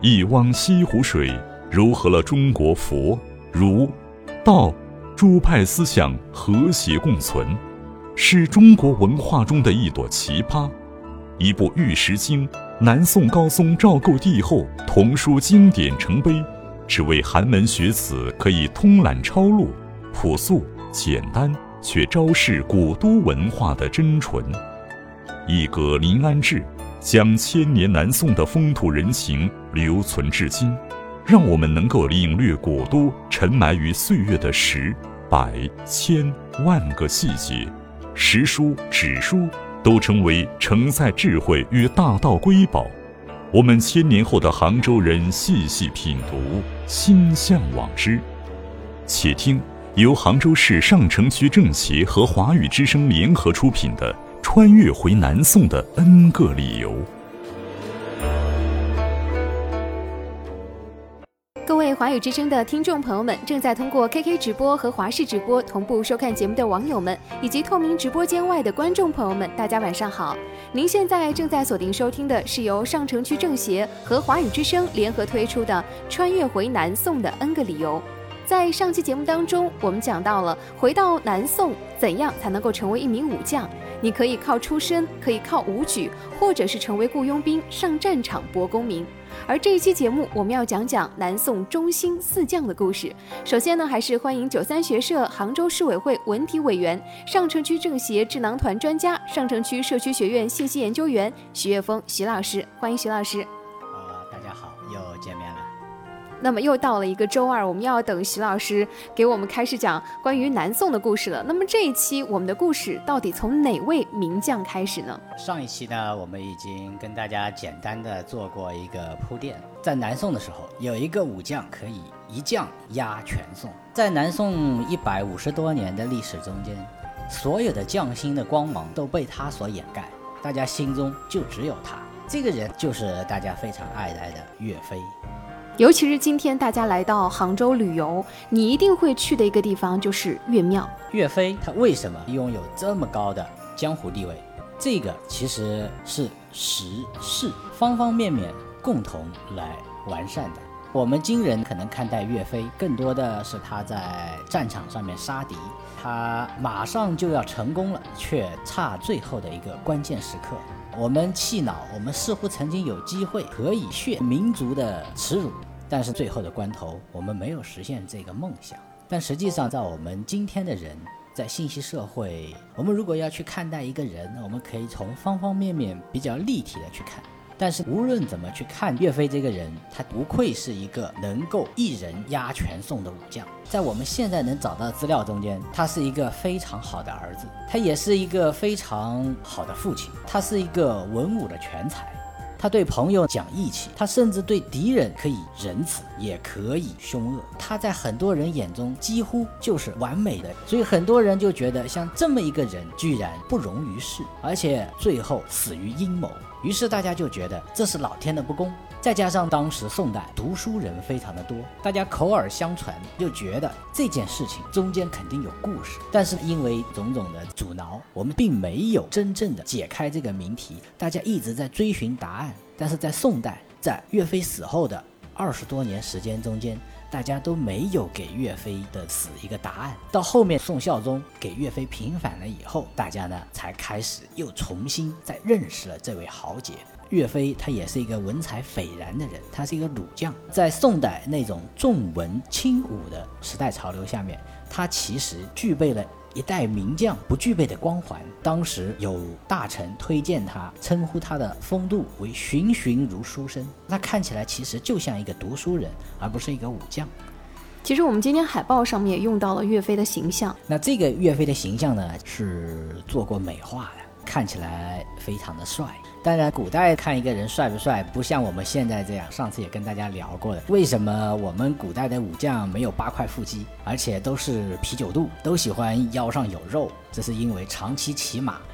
一汪西湖水糅合了中国佛、儒、道诸派思想和谐共存，是中国文化中的一朵奇葩。一部《玉石经》，南宋高宗赵构帝后童书经典成碑，只为寒门学子可以通览抄录，朴素简单，却昭示古都文化的真纯。一阁临安志，将千年南宋的风土人情留存至今，让我们能够领略古都沉埋于岁月的十、百、千、万个细节。石书、纸书都成为承载智慧与大道瑰宝。我们千年后的杭州人细细品读，心向往之。且听由杭州市上城区政协和华语之声联合出品的《穿越回南宋的 N 个理由》。 各位华语之声的听众朋友们，正在通过 KK 直播和华视直播同步收看节目的网友们，以及透明直播间外的观众朋友们，大家晚上好。您现在正在锁定收听的是由上城区政协和华语之声联合推出的《穿越回南宋的 N 个理由》。在上期节目当中，我们讲到了回到南宋怎样才能够成为一名武将。你可以靠出身，可以靠武举，或者是成为雇佣兵上战场搏功名。而这一期节目我们要讲讲南宋中兴四将的故事。首先呢，还是欢迎93学社、杭州市委会文体委员、上城区政协智囊团专家、上城区社区学院信息研究员徐岳峰徐老师，欢迎徐老师。 大家好，又见面了。 那么又到了一个周二，我们要等徐老师给我们开始讲关于南宋的故事了。那么这一期我们的故事到底从哪位名将开始呢？ 上一期呢，我们已经跟大家简单的做过一个铺垫。在南宋的时候，有一个武将可以一将压全宋。在南宋150多年的历史中间，所有的将星的光芒都被他所掩盖，大家心中就只有他。这个人就是大家非常爱戴的岳飞。 尤其是今天大家来到杭州旅游，你一定会去的一个地方就是岳庙。 岳飞他为什么拥有这么高的江湖地位？这个其实是时势方方面面共同来完善的。我们今人可能看待岳飞更多的是他在战场上面杀敌，他马上就要成功了，却差最后的一个关键时刻。我们气恼，我们似乎曾经有机会可以血民族的耻辱，但是最后的关头我们没有实现这个梦想。但实际上在我们今天的人，在信息社会，我们如果要去看待一个人，我们可以从方方面面比较立体的去看。但是无论怎么去看岳飞这个人，他不愧是一个能够一人压全宋的武将。在我们现在能找到的资料中间，他是一个非常好的儿子，他也是一个非常好的父亲，他是一个文武的全才。他对朋友讲义气，他甚至对敌人可以仁慈，也可以凶恶。他在很多人眼中几乎就是完美的，所以很多人就觉得像这么一个人居然不容于世，而且最后死于阴谋。于是大家就觉得这是老天的不公，再加上当时宋代读书人非常的多，大家口耳相传，就觉得这件事情中间肯定有故事。但是因为种种的阻挠，我们并没有真正的解开这个谜题，大家一直在追寻答案。但是在宋代，在岳飞死后的20多年时间中间，大家都没有给岳飞的死一个答案。到后面宋孝宗给岳飞平反了以后，大家呢才开始又重新再认识了这位豪杰。岳飞他也是一个文采斐然的人，他是一个武将。在宋代那种重文轻武的时代潮流下面，他其实具备了一代名将不具备的光环。当时有大臣推荐他，称呼他的风度为循循如书生，他看起来其实就像一个读书人，而不是一个武将。 其实我们今天海报上面也用到了岳飞的形象。 那这个岳飞的形象呢，是做过美化的，看起来非常的帅。当然古代看一个人帅不帅不像我们现在这样，上次也跟大家聊过的，为什么我们古代的武将没有8块腹肌，而且都是啤酒肚，都喜欢腰上有肉，这是因为长期骑马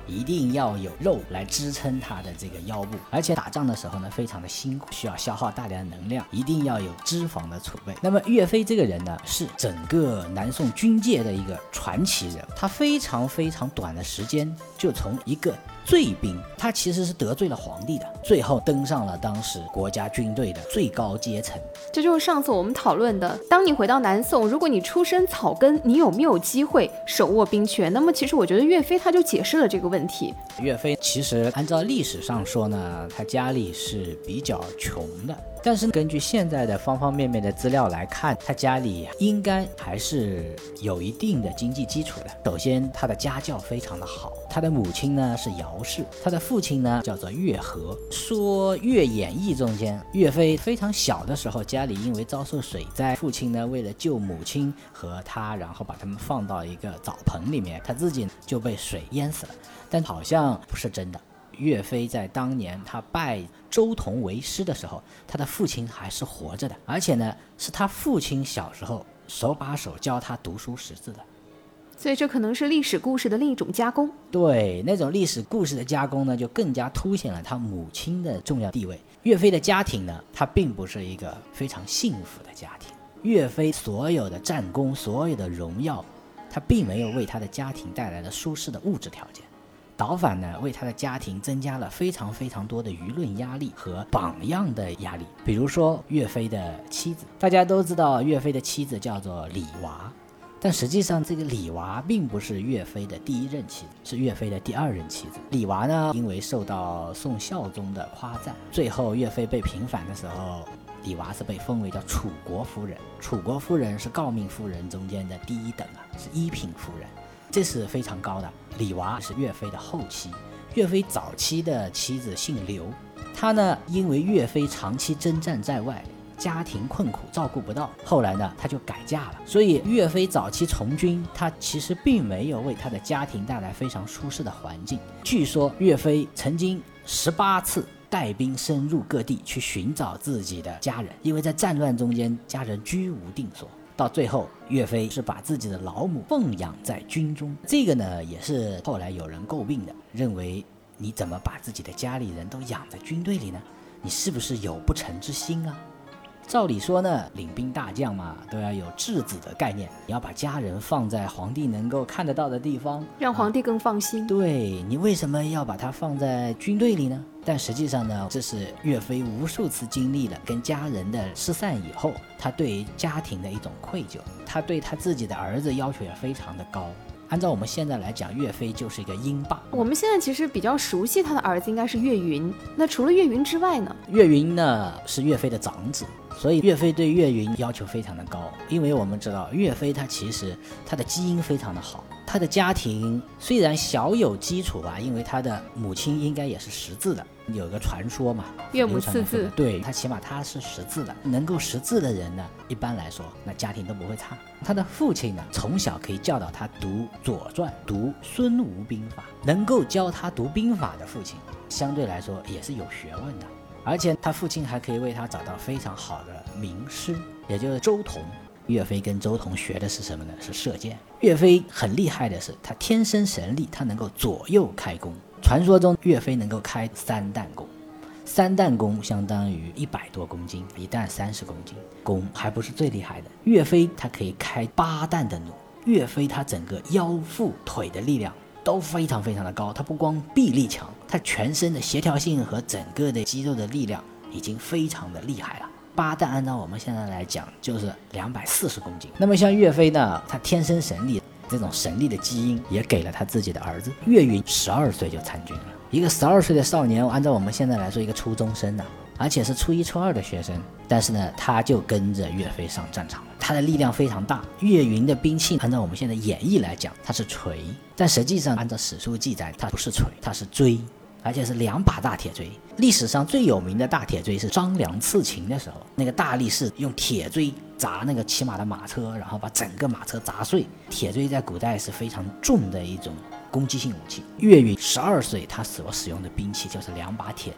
一定要有肉来支撑他的这个腰部，而且打仗的时候呢非常的辛苦，需要消耗大量的能量，一定要有脂肪的储备。那么岳飞这个人呢，是整个南宋军界的一个传奇人，他非常非常短的时间就从一个罪兵，他其实是得罪了皇帝的，最后登上了当时国家军队的最高阶层。 这就是上次我们讨论的，当你回到南宋，如果你出身草根，你有没有机会手握兵权？那么其实我觉得岳飞他就解释了这个问题。 岳飞其实按照历史上说呢，他家里是比较穷的，但是根据现在的方方面面的资料来看，他家里应该还是有一定的经济基础的。首先他的家教非常的好，他的母亲呢是姚氏，他的父亲呢叫做岳和。说《岳演义》中间，岳飞非常小的时候，家里因为遭受水灾，父亲呢为了救母亲和他，然后把他们放到一个澡盆里面，他自己就被水淹死了。但好像不是真的。岳飞在当年他拜周同为师的时候，他的父亲还是活着的，而且呢是他父亲小时候手把手教他读书识字的。 所以这可能是历史故事的另一种加工。 对，那种历史故事的加工呢，就更加凸显了他母亲的重要地位。岳飞的家庭呢，他并不是一个非常幸福的家庭。岳飞所有的战功，所有的荣耀，他并没有为他的家庭带来了舒适的物质条件，倒反呢为他的家庭增加了非常非常多的舆论压力和榜样的压力。比如说岳飞的妻子，大家都知道岳飞的妻子叫做李娃，但实际上这个李娃并不是岳飞的第一任妻子，是岳飞的第二任妻子。李娃呢，因为受到宋孝宗的夸赞，最后岳飞被平反的时候，李娃是被封为叫楚国夫人。楚国夫人是诰命夫人中间的第一等是一品夫人，这是非常高的。李娃是岳飞的后妻，岳飞早期的妻子姓刘，她呢因为岳飞长期征战在外，家庭困苦照顾不到，后来呢她就改嫁了。所以岳飞早期从军，他其实并没有为他的家庭带来非常舒适的环境。据说岳飞曾经18次带兵深入各地去寻找自己的家人，因为在战乱中间家人居无定所。到最后岳飞是把自己的老母奉养在军中，这个呢也是后来有人诟病的，认为你怎么把自己的家里人都养在军队里呢？你是不是有不臣之心啊？照理说呢，领兵大将嘛，都要有质子的概念，你要把家人放在皇帝能够看得到的地方， 让皇帝更放心。 对，你为什么要把它放在军队里呢？但实际上呢，这是岳飞无数次经历了跟家人的失散以后，他对家庭的一种愧疚，他对他自己的儿子要求也非常的高。按照我们现在来讲，岳飞就是一个鹰霸。 我们现在其实比较熟悉他的儿子应该是岳云，那除了岳云之外呢？ 岳云呢是岳飞的长子，所以岳飞对岳云要求非常的高。因为我们知道岳飞他其实他的基因非常的好，他的家庭虽然小有基础吧，因为他的母亲应该也是识字的，有个传说嘛， 岳母识字， 对，他起码他是识字的，能够识字的人呢，一般来说那家庭都不会差。他的父亲呢，从小可以教导他读《左传》，读孙吴兵法，能够教他读兵法的父亲，相对来说也是有学问的。而且他父亲还可以为他找到非常好的名师，也就是周同。岳飞跟周同学的是什么呢？是射箭。岳飞很厉害的是他天生神力，他能够左右开弓。传说中岳飞能够开3弹弓，3弹弓相当于100多公斤，一弹30公斤，弓还不是最厉害的。岳飞他可以开8弹的弩。岳飞他整个腰腹腿的力量都非常非常的高，他不光臂力强，他全身的协调性和整个的肌肉的力量已经非常的厉害了。8弹按照我们现在来讲就是240公斤。那么像岳飞呢，他天生神力，这种神力的基因也给了他自己的儿子岳云，12岁就参军了。一个12岁的少年，按照我们现在来说一个初中生而且是初1初2的学生，但是呢他就跟着岳飞上战场了，他的力量非常大。岳云的兵器按照我们现在演绎来讲它是锤，但实际上按照史书记载它不是锤，它是锥，而且是2把大铁锥。历史上最有名的大铁锥是张良刺秦的时候，那个大力士用铁锥砸那个骑马的马车，然后把整个马车砸碎。铁锥在古代是非常重的一种攻击性武器。岳云12岁他所使用的兵器就是2把铁锥，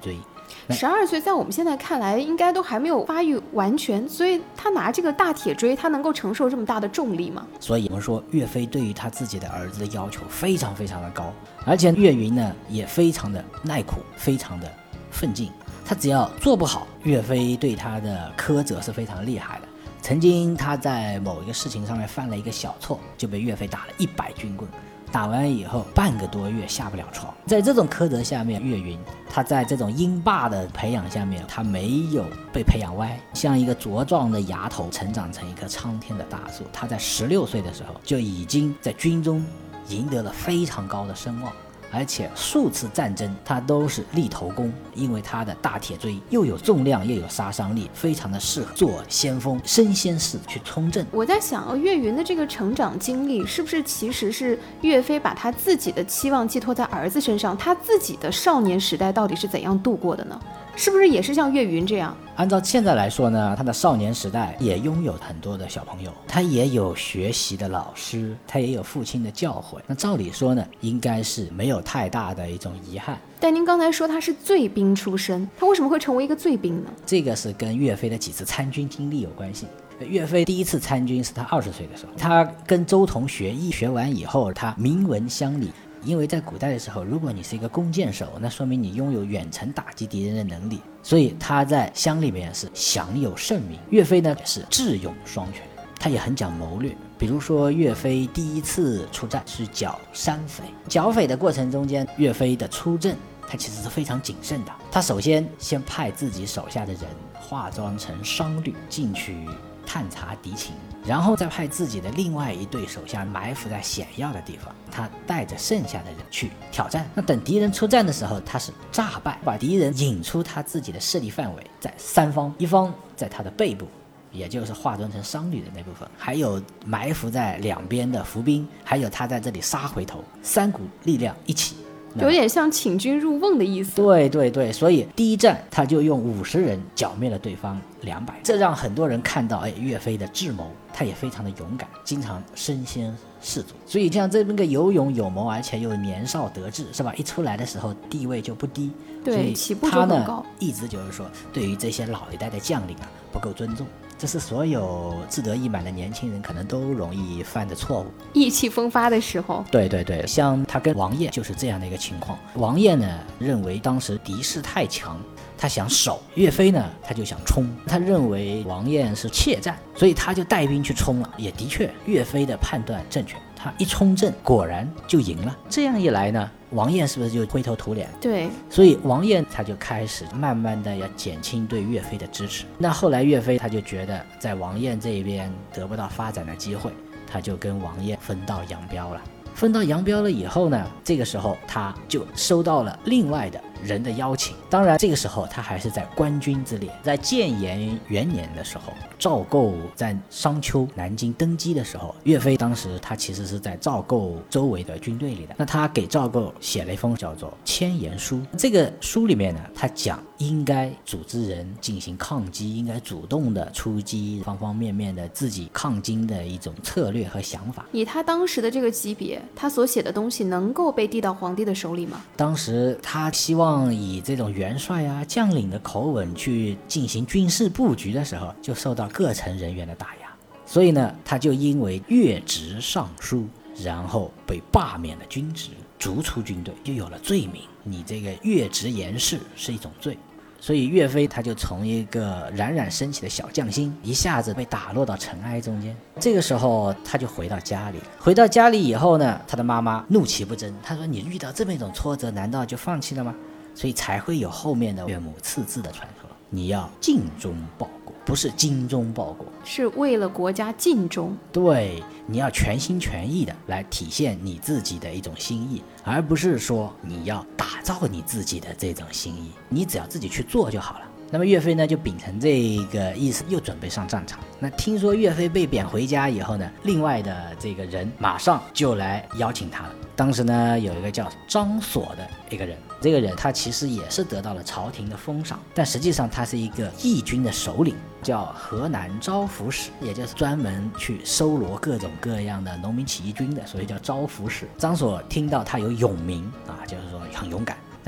12岁在我们现在看来应该都还没有发育完全，所以他拿这个大铁锥，他能够承受这么大的重力吗？ 所以我们说岳飞对于他自己的儿子的要求非常非常的高，而且岳云呢也非常的耐苦，非常的奋进。他只要做不好，岳飞对他的苛责是非常厉害的。曾经他在某一个事情上面犯了一个小错，就被岳飞打了100军棍，打完以后半个多月下不了床。在这种苛责下面，岳云他在这种鹰霸的培养下面，他没有被培养歪，像一个茁壮的芽头成长成一棵苍天的大树。他在16岁的时候就已经在军中赢得了非常高的声望，而且数次战争他都是立头功，因为他的大铁锥又有重量又有杀伤力，非常的适合做先锋，身先士去冲阵。 我在想，岳云的这个成长经历是不是其实是岳飞把他自己的期望寄托在儿子身上，他自己的少年时代到底是怎样度过的呢？是不是也是像岳云这样？ 按照现在来说呢，他的少年时代也拥有很多的小朋友，他也有学习的老师，他也有父亲的教诲。那照理说呢，应该是没有太大的一种遗憾。 但您刚才说他是醉兵出身，他为什么会成为一个醉兵呢？ 这个是跟岳飞的几次参军经历有关系。岳飞第一次参军是他20岁的时候，他跟周同学艺，学完以后他名闻乡里。因为在古代的时候，如果你是一个弓箭手，那说明你拥有远程打击敌人的能力，所以他在乡里面是享有盛名。岳飞呢是智勇双全，他也很讲谋略。比如说岳飞第一次出战是剿山匪，剿匪的过程中间，岳飞的出阵他其实是非常谨慎的。他首先派自己手下的人化妆成商旅进去探查敌情，然后再派自己的另外一队手下埋伏在险要的地方，他带着剩下的人去挑战。那等敌人出战的时候，他是诈败，把敌人引出他自己的势力范围，在3方，一方在他的背部，也就是化妆成商旅的那部分，还有埋伏在两边的伏兵，还有他在这里杀回头，3股力量一起， 有点像请君入瓮的意思。 对对对，所以第一战他就用50人剿灭了对方200，这让很多人看到，岳飞的智谋，他也非常的勇敢，经常身先士卒。所以像这个有勇有谋，而且又年少得志，是吧？一出来的时候地位就不低， 对，起步就很高。 一直就是说，对于这些老一代的将领不够尊重。这是所有志得意满的年轻人可能都容易犯的错误。 意气风发的时候， 对对对，像他跟王晏就是这样的一个情况。王晏呢认为当时敌势太强，他想守；岳飞呢他就想冲，他认为王晏是怯战，所以他就带兵去冲了。也的确，岳飞的判断正确，他一冲阵果然就赢了。这样一来呢，王晏是不是就灰头土脸？ 对， 所以王晏他就开始慢慢的要减轻对岳飞的支持。那后来岳飞他就觉得在王晏这边得不到发展的机会，他就跟王晏分道扬镳了。分道扬镳了以后呢，这个时候他就收到了另外的人的邀请。当然这个时候他还是在官军之列。在建炎元年的时候，赵构在商丘南京登基的时候，岳飞当时他其实是在赵构周围的军队里的。那他给赵构写了一封叫做迁言书，这个书里面呢，他讲应该组织人进行抗击，应该主动的出击，方方面面的自己抗金的一种策略和想法。 以他当时的这个级别，他所写的东西能够被递到皇帝的手里吗？ 当时他希望以这种元帅将领的口吻去进行军事布局的时候，就受到各层人员的打压，所以呢，他就因为越职上书，然后被罢免了军职，逐出军队，就有了罪名。你这个越职言事是一种罪。所以岳飞他就从一个冉冉升起的小将星，一下子被打落到尘埃中间。这个时候他就回到家里了。回到家里以后呢，他的妈妈怒其不争，他说你遇到这么一种挫折，难道就放弃了吗？所以才会有后面的岳母刺字的传说。你要尽忠报国，不是精忠报国， 是为了国家尽忠。 对，你要全心全意的来体现你自己的一种心意，而不是说你要打造你自己的这种心意，你只要自己去做就好了。那么岳飞呢就秉承这个意思，又准备上战场。那听说岳飞被贬回家以后呢，另外的这个人马上就来邀请他了。当时呢有一个叫张所的一个人，这个人他其实也是得到了朝廷的封赏，但实际上他是一个义军的首领，叫河南招抚使，也就是专门去收罗各种各样的农民起义军的，所以叫招抚使。张所听到他有勇名就是说很勇敢，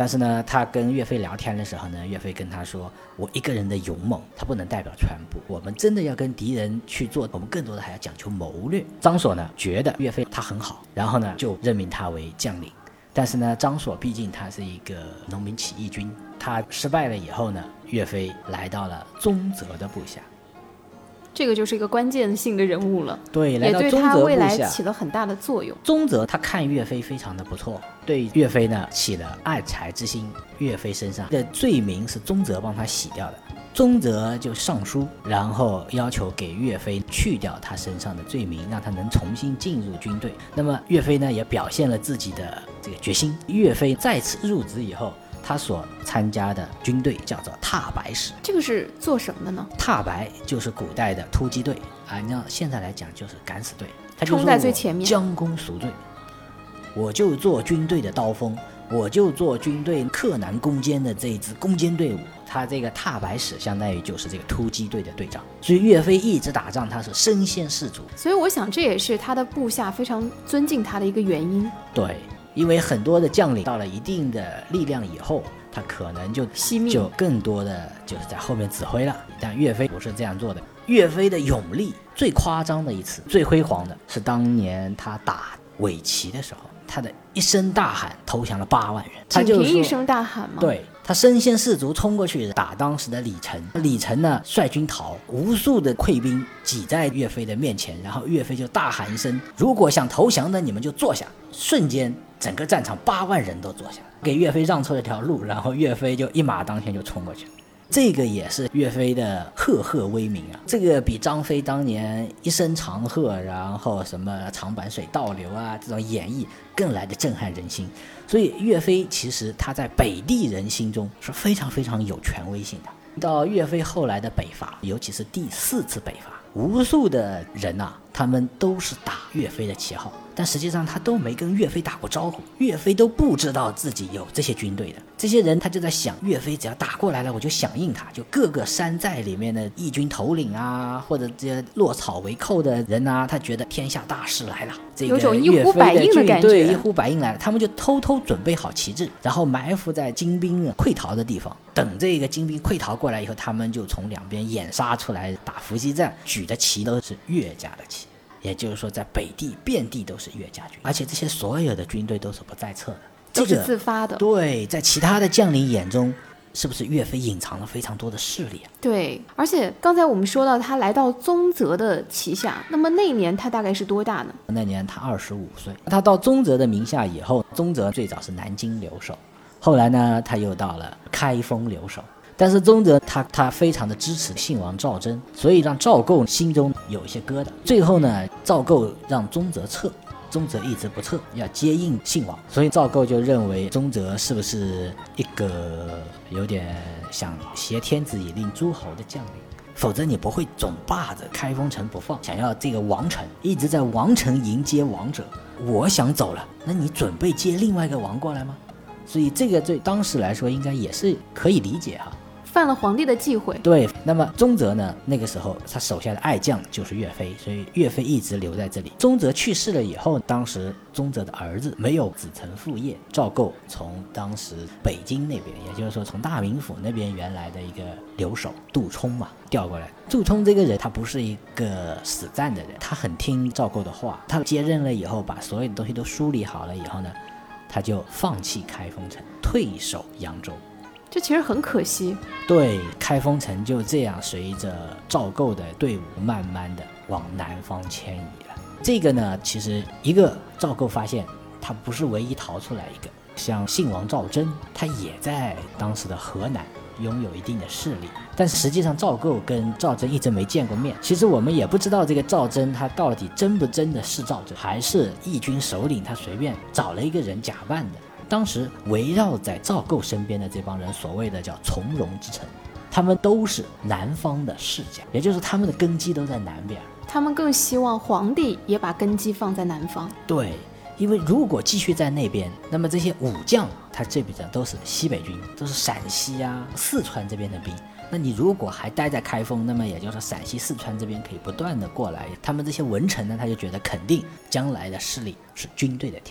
但是呢，他跟岳飞聊天的时候呢，岳飞跟他说，我一个人的勇猛他不能代表全部，我们真的要跟敌人去做，我们更多的还要讲求谋略。张所呢觉得岳飞他很好，然后呢就任命他为将领。但是呢，张所毕竟他是一个农民起义军，他失败了以后呢，岳飞来到了宗泽的部下。 这个就是一个关键性的人物了， 对，来到也对宗泽部下， 他未来起了很大的作用。 宗泽他看岳飞非常的不错，对岳飞呢起了爱才之心。岳飞身上的罪名是宗泽帮他洗掉的，宗泽就上书，然后要求给岳飞去掉他身上的罪名，让他能重新进入军队。那么岳飞呢也表现了自己的这个决心。岳飞再次入职以后，他所参加的军队叫做踏白使。 这个是做什么的呢？ 踏白就是古代的突击队啊，那现在来讲就是敢死队，他就冲在最前面， 将功赎罪，我就做军队的刀锋，我就做军队克难攻坚的这一支攻坚队伍。他这个踏白使相当于就是这个突击队的队长，所以岳飞一直打仗他是身先士卒。 所以我想这也是他的部下非常尊敬他的一个原因。 对，因为很多的将领到了一定的力量以后，他可能就惜命， 就更多的就是在后面指挥了。但岳飞不是这样做的。岳飞的勇力最夸张的一次，最辉煌的是当年他打伪齐的时候，他的一声大喊投降了8万人。他就仅凭一声大喊吗？ 对，他身先士卒冲过去打当时的李成。李成呢率军逃，无数的溃兵挤在岳飞的面前，然后岳飞就大喊一声，如果想投降的你们就坐下。瞬间整个战场8万人都坐下，给岳飞让出了条路，然后岳飞就一马当先就冲过去了。这个也是岳飞的赫赫威名啊，这个比张飞当年一声长喝，然后什么长坂水倒流啊这种演绎更来的震撼人心。所以岳飞其实他在北地人心中是非常非常有权威性的。到岳飞后来的北伐，尤其是第4次北伐，无数的人啊，他们都是打岳飞的旗号，但实际上他都没跟岳飞打过招呼，岳飞都不知道自己有这些军队的。这些人他就在想，岳飞只要打过来了我就响应他，就各个山寨里面的义军头领啊，或者这些落草为寇的人啊，他觉得天下大势来了，这个有种一呼百应的感觉。 对，一呼百应来了，他们就偷偷准备好旗帜，然后埋伏在金兵溃逃的地方，等这个金兵溃逃过来以后，他们就从两边掩杀出来打伏击战，举的旗都是岳家的旗。也就是说在北地遍地都是岳家军，而且这些所有的军队都是不在册的， 都是自发的。 对，在其他的将领眼中，是不是岳飞隐藏了非常多的势力啊？ 对，而且刚才我们说到他来到宗泽的旗下，那么那年他大概是多大呢？那年他25岁。他到宗泽的名下以后，宗泽最早是南京留守，后来呢他又到了开封留守。但是宗泽他非常的支持信王赵祯，所以让赵构心中有一些疙瘩。最后呢，赵构让宗泽撤，宗泽一直不撤，要接应信王，所以赵构就认为宗泽是不是一个有点想挟天子以令诸侯的将领，否则你不会总霸着开封城不放，想要这个王城，一直在王城迎接王者。我想走了，那你准备接另外一个王过来吗？所以这个对当时来说应该也是可以理解哈。 犯了皇帝的忌讳。 对，那么宗泽呢，那个时候他手下的爱将就是岳飞，所以岳飞一直留在这里。宗泽去世了以后，当时宗泽的儿子没有子承父业，赵构从当时北京那边，也就是说从大名府那边原来的一个留守杜充嘛调过来。杜充这个人他不是一个死战的人，他很听赵构的话，他接任了以后把所有的东西都梳理好了以后呢，他就放弃开封城，退守扬州。 这其实很可惜。 对，开封城就这样随着赵构的队伍慢慢的往南方迁移了。这个呢，其实一个赵构发现他不是唯一逃出来一个，像信王赵祯，他也在当时的河南拥有一定的势力，但是实际上赵构跟赵祯一直没见过面。其实我们也不知道这个赵祯他到底真不真的是赵祯，还是义军首领他随便找了一个人假扮的。当时围绕在赵构身边的这帮人，所谓的叫从容之臣，他们都是南方的世家，也就是他们的根基都在南边。 他们更希望皇帝也把根基放在南方。 对，因为如果继续在那边，那么这些武将他这边都是西北军，都是陕西啊四川这边的兵，那你如果还待在开封，那么也就是陕西四川这边可以不断的过来，他们这些文臣呢，他就觉得肯定将来的势力是军队的天下。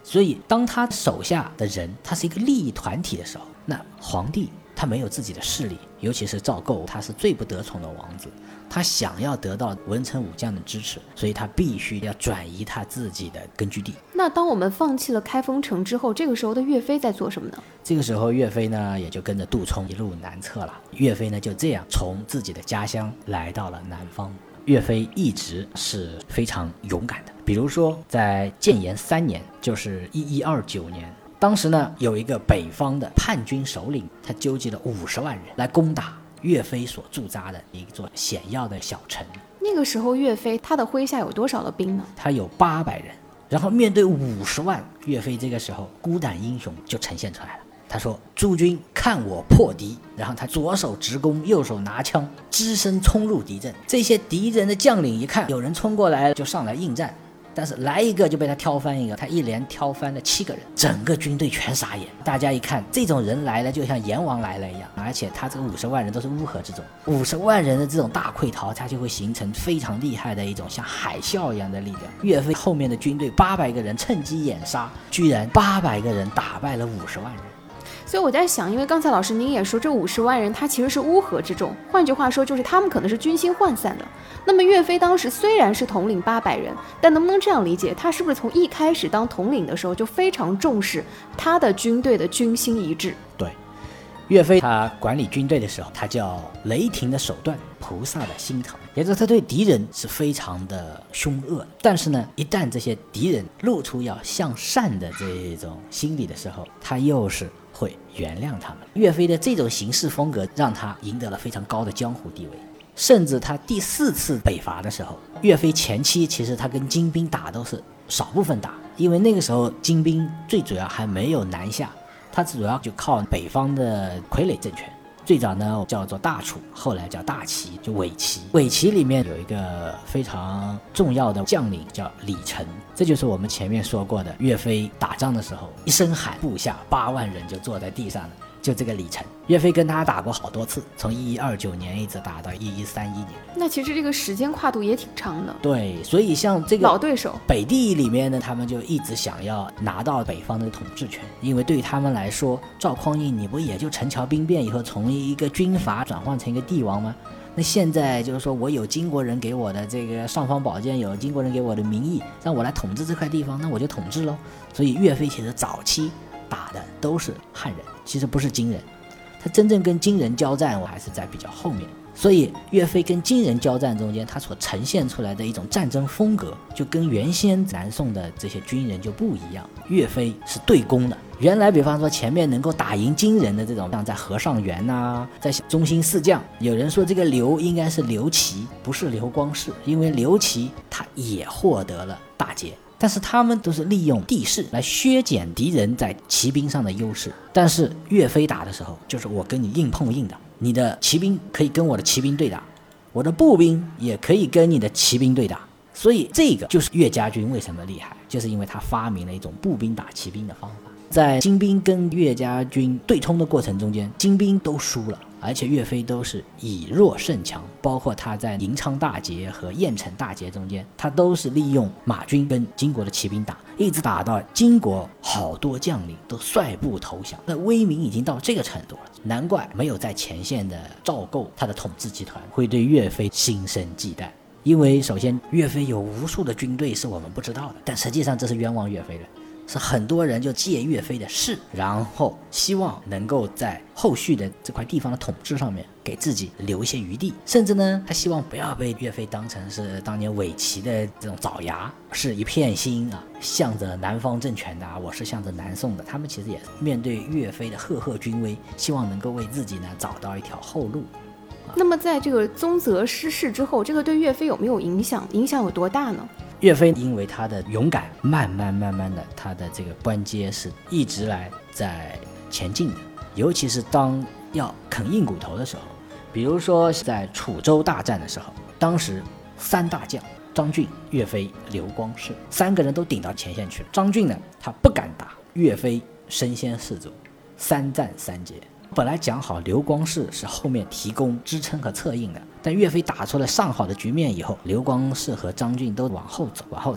所以当他手下的人他是一个利益团体的时候，那皇帝他没有自己的势力，尤其是赵构，他是最不得宠的王子，他想要得到文臣武将的支持，所以他必须要转移他自己的根据地。 那当我们放弃了开封城之后，这个时候的岳飞在做什么呢？ 这个时候岳飞呢也就跟着杜充一路南撤了。岳飞呢就这样从自己的家乡来到了南方。岳飞一直是非常勇敢的，比如说在建炎3年，就是1129年，当时呢有一个北方的叛军首领，他纠集了50万人来攻打岳飞所驻扎的一座险要的小城。 那个时候岳飞他的麾下有多少的兵呢？ 他有800人，然后面对50万，岳飞这个时候孤胆英雄就呈现出来了。他说：“诸军看我破敌。”然后他左手直弓，右手拿枪，只身冲入敌阵。这些敌人的将领一看有人冲过来，就上来应战。但是来一个就被他挑翻一个，他一连挑翻了7个人，整个军队全傻眼。大家一看，这种人来了就像阎王来了一样，而且他这个50万人都是乌合之众，50万人的这种大溃逃，他就会形成非常厉害的一种像海啸一样的力量。岳飞后面的军队800个人趁机掩杀，居然800个人打败了50万人。 所以我在想，因为刚才老师您也说这50万人他其实是乌合之众，换句话说就是他们可能是军心涣散的。那么岳飞当时虽然是统领800人，但能不能这样理解，他是不是从一开始当统领的时候就非常重视他的军队的军心一致？ 对，岳飞他管理军队的时候，他叫雷霆的手段，菩萨的心肠，也就是他对敌人是非常的凶恶，但是呢，一旦这些敌人露出要向善的这种心理的时候，他又是会原谅他们。岳飞的这种行事风格让他赢得了非常高的江湖地位，甚至他第4次北伐的时候，岳飞前期其实他跟金兵打都是少部分打，因为那个时候金兵最主要还没有南下，他主要就靠北方的傀儡政权。最早呢叫做大楚，后来叫大齐，就伪齐。伪齐里面有一个非常重要的将领叫李成，这就是我们前面说过的岳飞打仗的时候一声喊，部下8万人就坐在地上了，就这个李成。岳飞跟他打过好多次，从1129年一直打到1131年。 那其实这个时间跨度也挺长的。 对，所以像这个老对手北地里面呢，他们就一直想要拿到北方的统治权，因为对于他们来说，赵匡胤你不也就陈桥兵变以后从一个军阀转换成一个帝王吗？那现在就是说我有金国人给我的这个尚方宝剑，有金国人给我的名义，让我来统治这块地方，那我就统治咯。所以岳飞其实早期打的都是汉人，其实不是金人，他真正跟金人交战我还是在比较后面。所以岳飞跟金人交战中间，他所呈现出来的一种战争风格就跟原先南宋的这些军人就不一样。岳飞是对攻的，原来比方说前面能够打赢金人的这种，像在和尚原啊，在中兴四将，有人说这个刘应该是刘琦，不是刘光世，因为刘琦他也获得了大捷，但是他们都是利用地势来削减敌人在骑兵上的优势。但是岳飞打的时候，就是我跟你硬碰硬的，你的骑兵可以跟我的骑兵对打，我的步兵也可以跟你的骑兵对打。所以这个就是岳家军为什么厉害，就是因为他发明了一种步兵打骑兵的方法。在金兵跟岳家军对冲的过程中间，金兵都输了，而且岳飞都是以弱胜强，包括他在宁昌大捷和郾城大捷中间，他都是利用马军跟金国的骑兵打，一直打到金国好多将领都率部投降，那威名已经到这个程度了。难怪没有在前线的赵构他的统治集团会对岳飞心生忌惮，因为首先岳飞有无数的军队是我们不知道的，但实际上这是冤枉岳飞的，是很多人就借岳飞的势，然后希望能够在后续的这块地方的统治上面给自己留一些余地，甚至呢他希望不要被岳飞当成是当年伪齐的这种爪牙，是一片心啊，向着南方政权的我是向着南宋的。他们其实也面对岳飞的赫赫军威，希望能够为自己呢找到一条后路。 那么在这个宗泽失势之后，这个对岳飞有没有影响？影响有多大呢？ 岳飞因为他的勇敢，慢慢的他的这个官阶是一直来在前进的，尤其是当要啃硬骨头的时候，比如说在楚州大战的时候，当时3大将张俊、岳飞、刘光世3个人都顶到前线去了。张俊呢他不敢打，岳飞身先士卒，3战3捷。本来讲好刘光世是后面提供支撑和策应的，但岳飞打出了上好的局面以后，刘光世和张俊都往后走往后撤，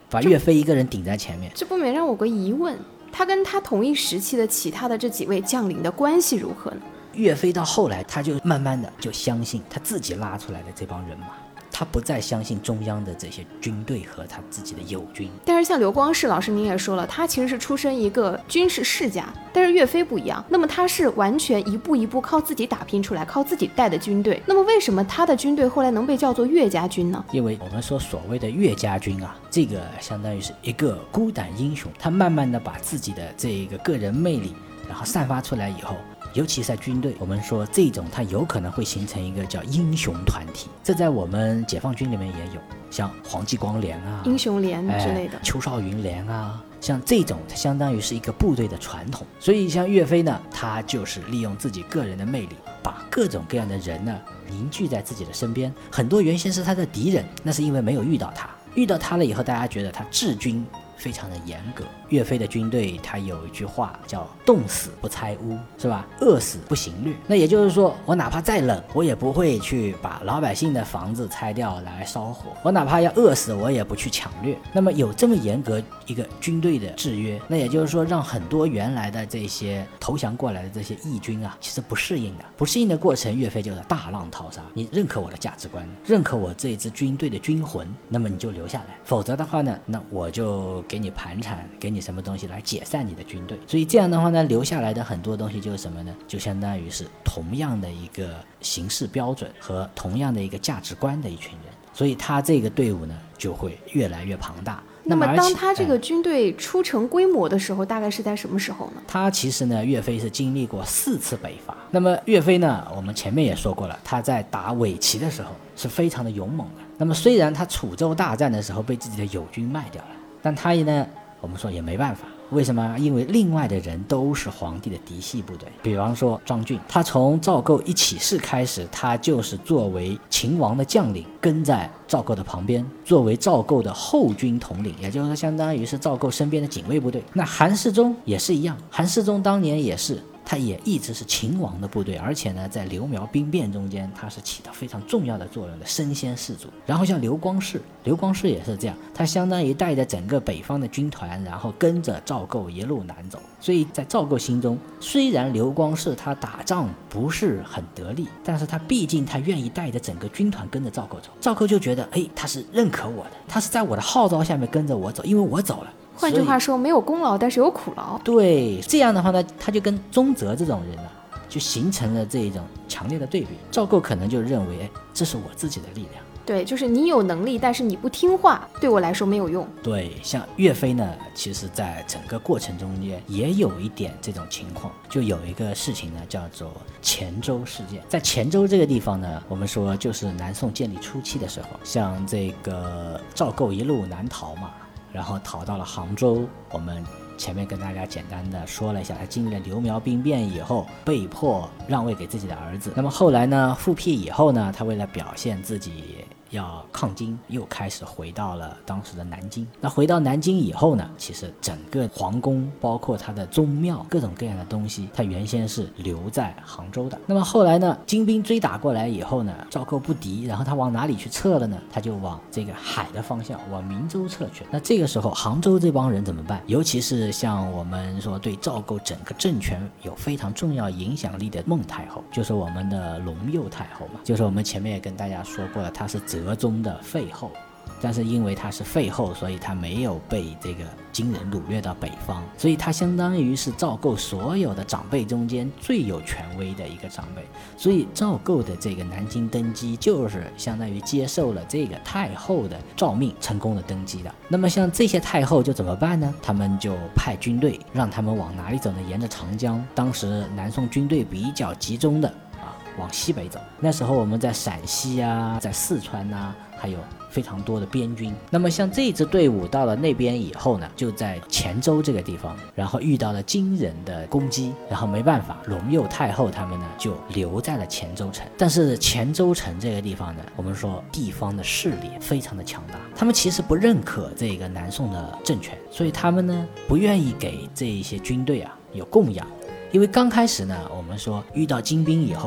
把岳飞一个人顶在前面。 这不免让我个疑问，他跟他同一时期的其他的这几位将领的关系如何呢？ 岳飞到后来他就慢慢的就相信他自己拉出来的这帮人马，他不再相信中央的这些军队和他自己的友军。 但是像刘光世老师您也说了，他其实是出身一个军事世家，但是岳飞不一样，那么他是完全一步一步靠自己打拼出来，靠自己带的军队。那么为什么他的军队后来能被叫做岳家军呢？ 因为我们说所谓的岳家军啊，这个相当于是一个孤胆英雄，他慢慢的把自己的这个个人魅力然后散发出来以后，尤其在军队，我们说这种它有可能会形成一个叫英雄团体，这在我们解放军里面也有，像黄继光连啊、 英雄连之类的， 邱少云连啊，像这种它相当于是一个部队的传统。所以像岳飞呢，他就是利用自己个人的魅力，把各种各样的人呢凝聚在自己的身边。很多原先是他的敌人，那是因为没有遇到他，遇到他了以后，大家觉得他治军非常的严格。岳飞的军队他有一句话叫冻死不拆屋，是吧？饿死不行掠。那也就是说，我哪怕再冷，我也不会去把老百姓的房子拆掉来烧火，我哪怕要饿死，我也不去抢掠。那么有这么严格一个军队的制约，那也就是说让很多原来的这些投降过来的这些义军啊，其实不适应的。不适应的过程，岳飞就是大浪淘沙。你认可我的价值观，认可我这支军队的军魂，那么你就留下来，否则的话呢，那我就给你盘缠，给你什么东西来解散你的军队。所以这样的话呢，留下来的很多东西就是什么呢？就相当于是同样的一个行事标准和同样的一个价值观的一群人，所以他这个队伍呢就会越来越庞大。 那么当他这个军队出成规模的时候，大概是在什么时候呢？ 他其实呢，岳飞是经历过4次北伐。那么岳飞呢，我们前面也说过了，他在打伪齐的时候是非常的勇猛的。那么虽然他楚州大战的时候被自己的友军卖掉了，但他呢，我们说也没办法。为什么？因为另外的人都是皇帝的嫡系部队，比方说张俊，他从赵构一起事开始，他就是作为秦王的将领，跟在赵构的旁边，作为赵构的后军统领，也就是说相当于是赵构身边的警卫部队。那韩世忠也是一样，韩世忠当年也是，他也一直是秦王的部队，而且呢，在刘苗兵变中间，他是起到非常重要的作用的，身先士卒。然后像刘光世也是这样，他相当于带着整个北方的军团，然后跟着赵构一路南走。所以在赵构心中，虽然刘光世他打仗不是很得力，但是他毕竟他愿意带着整个军团跟着赵构走，赵构就觉得，他是认可我的，他是在我的号召下面跟着我走，因为我走了。 换句话说，没有功劳，但是有苦劳。 对，这样的话呢，他就跟宗泽这种人啊，就形成了这种强烈的对比。赵构可能就认为，这是我自己的力量。 对，就是你有能力，但是你不听话，对我来说没有用。 对，像岳飞呢，其实在整个过程中间也有一点这种情况。就有一个事情呢，叫做黔州事件。在黔州这个地方呢，我们说就是南宋建立初期的时候，像这个赵构一路南逃嘛，然后逃到了杭州。我们前面跟大家简单的说了一下，他经历了刘苗兵变以后，被迫让位给自己的儿子。那么后来呢，复辟以后呢，他为了表现自己要抗金，又开始回到了当时的南京。那回到南京以后呢，其实整个皇宫包括它的宗庙各种各样的东西，它原先是留在杭州的。那么后来呢，金兵追打过来以后呢，赵构不敌，然后他往哪里去撤了呢？他就往这个海的方向，往明州撤去。那这个时候杭州这帮人怎么办？尤其是像我们说对赵构整个政权有非常重要影响力的孟太后，就是我们的隆佑太后嘛，就是我们前面也跟大家说过了，她是哲宗的废后，但是因为她是废后，所以她没有被这个金人掳掠到北方，所以她相当于是赵构所有的长辈中间最有权威的一个长辈。所以赵构的这个南京登基，就是相当于接受了这个太后的诏命，成功的登基的。那么像这些太后就怎么办呢？他们就派军队，让他们往哪里走呢？沿着长江，当时南宋军队比较集中的往西北走。那时候我们在陕西啊，在四川啊，还有非常多的边军。那么像这支队伍到了那边以后呢，就在黔州这个地方，然后遇到了金人的攻击，然后没办法，隆佑太后他们呢就留在了黔州城。但是黔州城这个地方呢，我们说地方的势力非常的强大，他们其实不认可这个南宋的政权，所以他们呢不愿意给这一些军队有供养。因为刚开始呢，我们说遇到金兵以后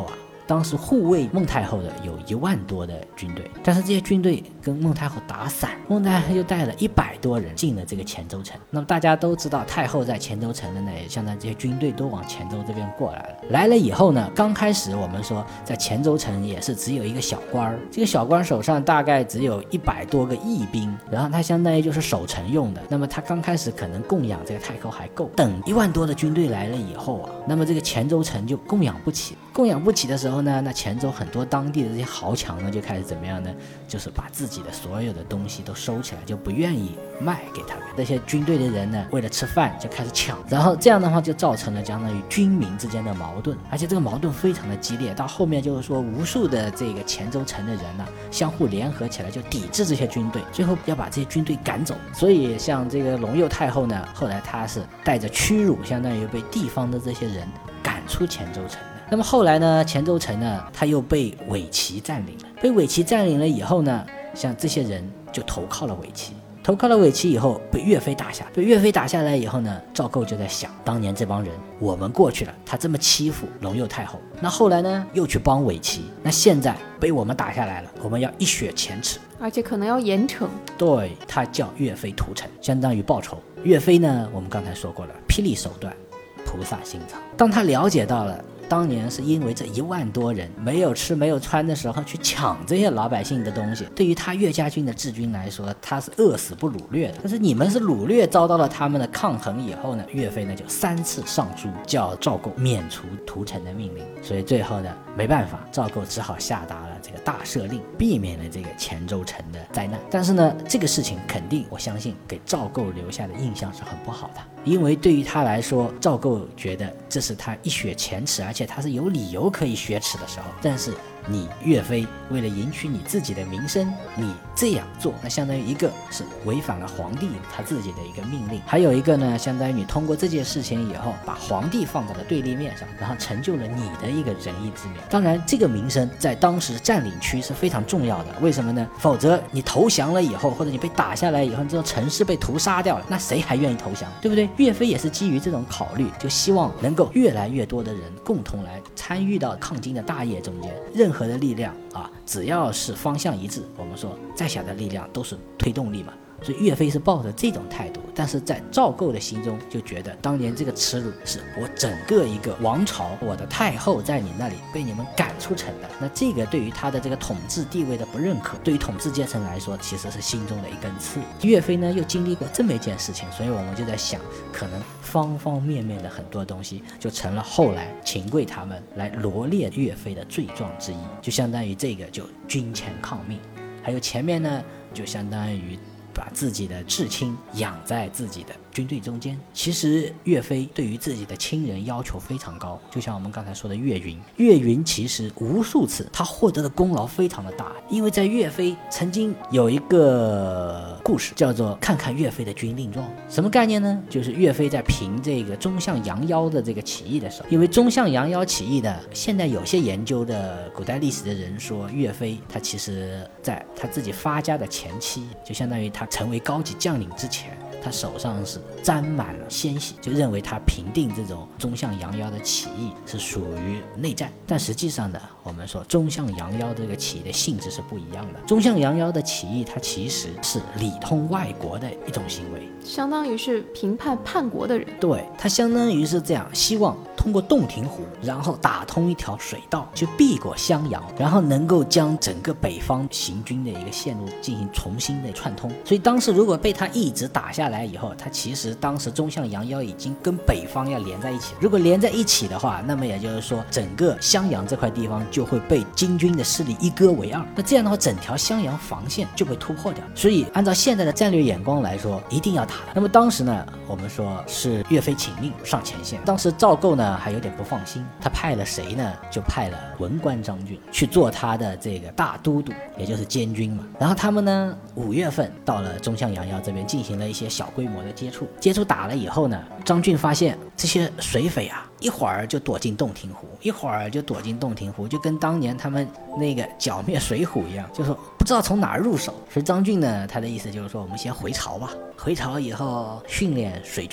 当时护卫孟太后的有1万多的军队，但是这些军队跟孟太后打散，孟太后就带了100多人进了这个黔州城。那么大家都知道，太后在黔州城的呢，也相当于这些军队都往黔州这边过来了。来了以后呢，刚开始我们说在黔州城也是只有一个小官，这个小官手上大概只有100多个义兵，然后他相当于就是守城用的。那么他刚开始可能供养这个太后还够，等1万多的军队来了以后啊，那么这个黔州城就供养不起。供养不起的时候呢，那黔州很多当地的这些豪强呢，就开始怎么样呢？就是把自己的所有的东西都收起来，就不愿意卖给他们。那些军队的人呢，为了吃饭就开始抢，然后这样的话就造成了相当于军民之间的矛盾，而且这个矛盾非常的激烈。到后面就是说，无数的这个黔州城的人呢，相互联合起来就抵制这些军队，最后要把这些军队赶走。所以像这个隆佑太后呢，后来她是带着屈辱，相当于被地方的这些人赶出黔州城。那么后来呢，黔州城呢，它又被伪齐占领了。被伪齐占领了以后呢，像这些人就投靠了伪齐。投靠了伪齐以后，被岳飞打下。被岳飞打下来以后呢，赵构就在想，当年这帮人，我们过去了，他这么欺负隆佑太后，那后来呢，又去帮伪齐，那现在被我们打下来了，我们要一雪前耻， 而且可能要严惩。 对，他叫岳飞屠城，相当于报仇。岳飞呢，我们刚才说过了，霹雳手段，菩萨心肠。当他了解到了当年是因为这1万多人没有吃没有穿的时候去抢这些老百姓的东西，对于他岳家军的治军来说，他是饿死不掳掠的。但是你们是掳掠遭到了他们的抗衡以后呢，岳飞呢就3次上书叫赵构免除屠城的命令。所以最后呢，没办法，赵构只好下达了这个大赦令，避免了这个黔州城的灾难。但是呢，这个事情肯定我相信给赵构留下的印象是很不好的，因为对于他来说，赵构觉得这是他一雪前耻，而且他是有理由可以雪耻的时候。但是你岳飞为了赢取你自己的名声，你这样做，那相当于一个是违反了皇帝他自己的一个命令，还有一个呢，相当于你通过这件事情以后，把皇帝放到了对立面上，然后成就了你的一个仁义之名。当然这个名声在当时占领区是非常重要的，为什么呢？否则你投降了以后，或者你被打下来以后，这座城市被屠杀掉了，那谁还愿意投降，对不对？岳飞也是基于这种考虑，就希望能够越来越多的人共同来参与到抗金的大业中间。任何的力量啊，只要是方向一致，我们说再小的力量都是推动力嘛。所以岳飞是抱着这种态度，但是在赵构的心中就觉得当年这个耻辱是我整个一个王朝，我的太后在你那里被你们赶出城的，那这个对于他的这个统治地位的不认可，对于统治阶层来说其实是心中的一根刺。岳飞呢又经历过这么一件事情，所以我们就在想，可能方方面面的很多东西就成了后来秦桧他们来罗列岳飞的罪状之一，就相当于这个就军前抗命，还有前面呢就相当于把自己的至亲养在自己的军队中间。其实岳飞对于自己的亲人要求非常高，就像我们刚才说的岳云。岳云其实无数次他获得的功劳非常的大，因为在岳飞曾经有一个故事叫做看看岳飞的军令状。什么概念呢？就是岳飞在平这个中向杨妖的这个起义的时候，因为中向杨妖起义的，现在有些研究的古代历史的人说，岳飞他其实在他自己发家的前期，就相当于他成为高级将领之前，他手上是沾满了鲜血，就认为他平定这种中向杨妖的起义是属于内战。但实际上呢，我们说中向杨妖这个起义的性质是不一样的。中向杨妖的起义，它其实是里通外国的一种行为， 相当于是评判叛国的人。 对，他相当于是这样，希望通过洞庭湖，然后打通一条水道，去避过襄阳，然后能够将整个北方行军的一个线路进行重新的串通。所以当时如果被他一直打下来以后，他其实当时中向杨妖已经跟北方要连在一起，如果连在一起的话，那么也就是说整个襄阳这块地方就会被金军的势力一割为二，那这样的话整条襄阳防线就被突破掉。所以按照现在的战略眼光来说，一定要打的。那么当时呢，我们说是岳飞请命上前线，当时赵构呢还有点不放心，他派了谁呢？就派了文官张俊去做他的这个大都督，也就是监军嘛。然后他们呢5月份到了中向杨妖这边进行了一些小规模的接触打了以后呢，张俊发现这些水匪啊一会儿就躲进洞庭湖，一会儿就躲进洞庭湖，就跟当年他们那个剿灭水浒一样，就说不知道从哪儿入手。所以张俊呢，他的意思就是说，我们先回朝吧，回朝以后训练水军，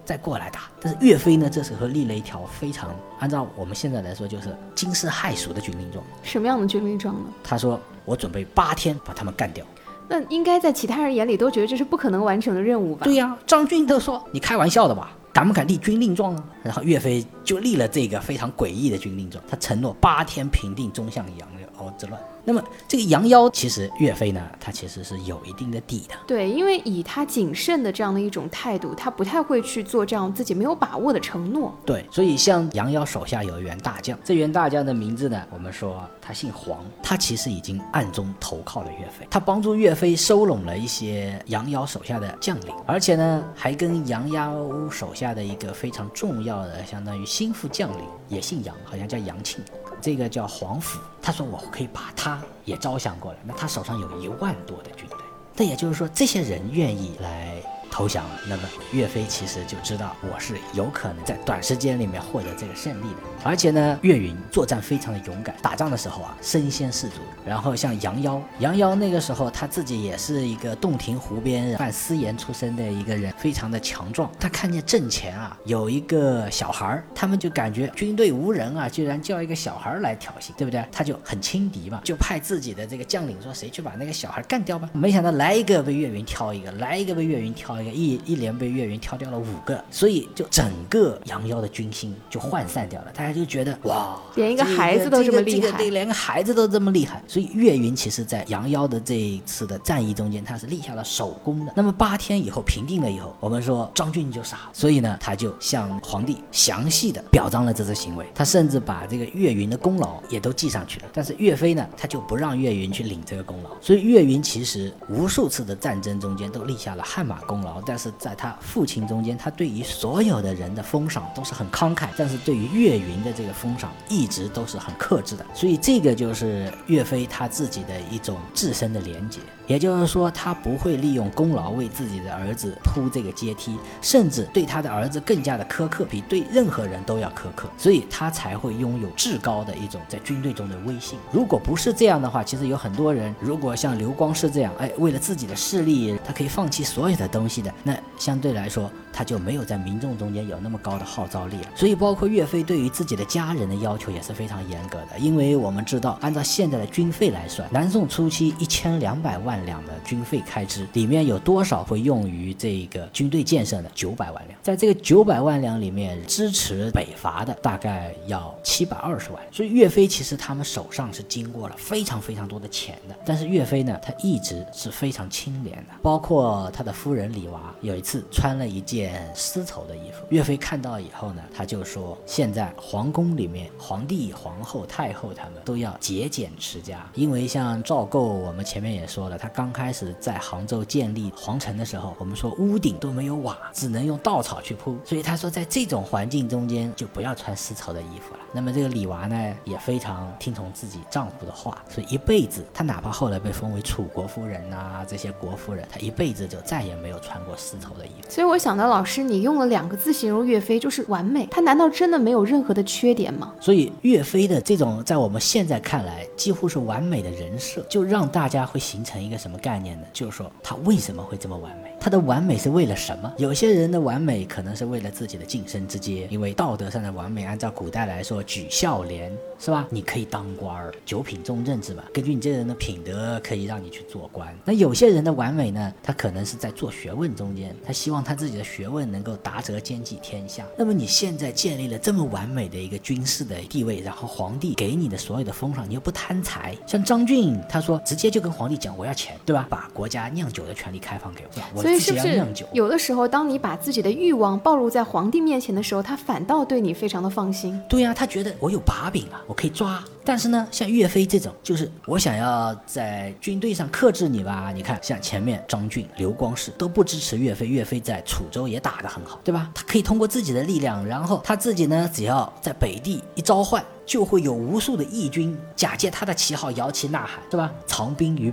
再过来打。但是岳飞呢，这时候立了一条非常按照我们现在来说就是惊世骇俗的军令状。 什么样的军令状呢？ 他说我准备8天把他们干掉。 那应该在其他人眼里都觉得这是不可能完成的任务吧？ 对呀，张俊都说你开玩笑的吧，敢不敢立军令状啊？然后岳飞就立了这个非常诡异的军令状，他承诺8天平定中向杨妖之乱。那么这个杨妖，其实岳飞呢，他其实是有一定的底的。 对，因为以他谨慎的这样的一种态度，他不太会去做这样自己没有把握的承诺。 对，所以像杨妖手下有一员大将，这员大将的名字呢，我们说他姓黄，他其实已经暗中投靠了岳飞，他帮助岳飞收拢了一些杨妖手下的将领，而且呢，还跟杨妖手下的一个非常重要的，相当于心腹将领，也姓杨，好像叫杨庆。这个叫黄甫，他说我可以把他也招降过来，那他手上有1万多的军队，那也就是说这些人愿意来投降了，那么岳飞其实就知道我是有可能在短时间里面获得这个胜利的。而且呢，岳云作战非常的勇敢，打仗的时候啊身先士卒。然后像杨妖那个时候他自己也是一个洞庭湖边办私盐出身的一个人，非常的强壮。他看见阵前啊有一个小孩，他们就感觉军队无人啊，居然叫一个小孩来挑衅，对不对？他就很轻敌嘛，就派自己的这个将领说谁去把那个小孩干掉吧。没想到来一个被岳云挑一个，来一个被岳云挑一个，一连被岳云挑掉了5个，所以就整个杨妖的军心就涣散掉了。大家就觉得哇， 连一个孩子都这么厉害， 对，连个孩子都这么厉害。所以岳云其实在杨妖的这一次的战役中间，他是立下了首功的。那么8天以后平定了以后，我们说张俊就傻了，所以呢，他就向皇帝详细的表彰了这次行为，他甚至把这个岳云的功劳也都记上去了。但是岳飞呢，他就不让岳云去领这个功劳，所以岳云其实无数次的战争中间都立下了汗马功劳，但是在他父亲中间，他对于所有的人的封赏都是很慷慨，但是对于岳云的这个封赏一直都是很克制的。所以这个就是岳飞他自己的一种自身的廉洁，也就是说他不会利用功劳为自己的儿子铺这个阶梯，甚至对他的儿子更加的苛刻，比对任何人都要苛刻，所以他才会拥有至高的一种在军队中的威信。如果不是这样的话，其实有很多人如果像刘光世这样，为了自己的势力他可以放弃所有的东西的，那相对来说他就没有在民众中间有那么高的号召力了。所以包括岳飞对于自己的家人的要求也是非常严格的，因为我们知道按照现在的军费来算，南宋初期1200万两的军费开支里面有多少会用于这个军队建设呢？900万两。在这个900万两里面，支持北伐的大概要720万。所以岳飞其实他们手上是经过了非常非常多的钱的，但是岳飞呢，他一直是非常清廉的。包括他的夫人李娃有一次穿了一件丝绸的衣服，岳飞看到以后呢，他就说现在皇宫里面皇帝皇后太后他们都要节俭持家，因为像赵构我们前面也说了，他刚开始在杭州建立皇城的时候，我们说屋顶都没有瓦，只能用稻草去铺，所以他说在这种环境中间就不要穿丝绸的衣服了。那么这个李娃呢也非常听从自己丈夫的话，所以一辈子他哪怕后来被封为楚国夫人啊这些国夫人，他一辈子就再也没有穿过丝绸的衣服。 所以我想到老师你用了2个字形容岳飞，就是完美，他难道真的没有任何的缺点吗？ 所以岳飞的这种在我们现在看来几乎是完美的人设，就让大家会形成一个什么概念呢？就是说他为什么会这么完美，他的完美是为了什么？有些人的完美可能是为了自己的晋升之阶，因为道德上的完美按照古代来说举孝廉是吧，你可以当官，9品中正是吧，根据你这个人的品德可以让你去做官。那有些人的完美呢，他可能是在做学问中间，他希望他自己的学问能够达则兼济天下。那么你现在建立了这么完美的一个军事的地位，然后皇帝给你的所有的封赏你又不贪财，像张俊他说直接就跟皇帝讲我要钱，对吧，把国家酿酒的权利开放给我， 所以是不是有的时候当你把自己的欲望暴露在皇帝面前的时候，他反倒对你非常的放心？ 对啊，他觉得我有把柄啊，我可以抓。但是呢，像岳飞这种，就是我想要在军队上克制你吧，你看像前面张俊、刘光世都不支持岳飞，岳飞在楚州也打得很好，对吧？他可以通过自己的力量，然后他自己呢，只要在北地一召唤，就会有无数的义军假借他的旗号摇旗呐喊，对吧？藏兵于民，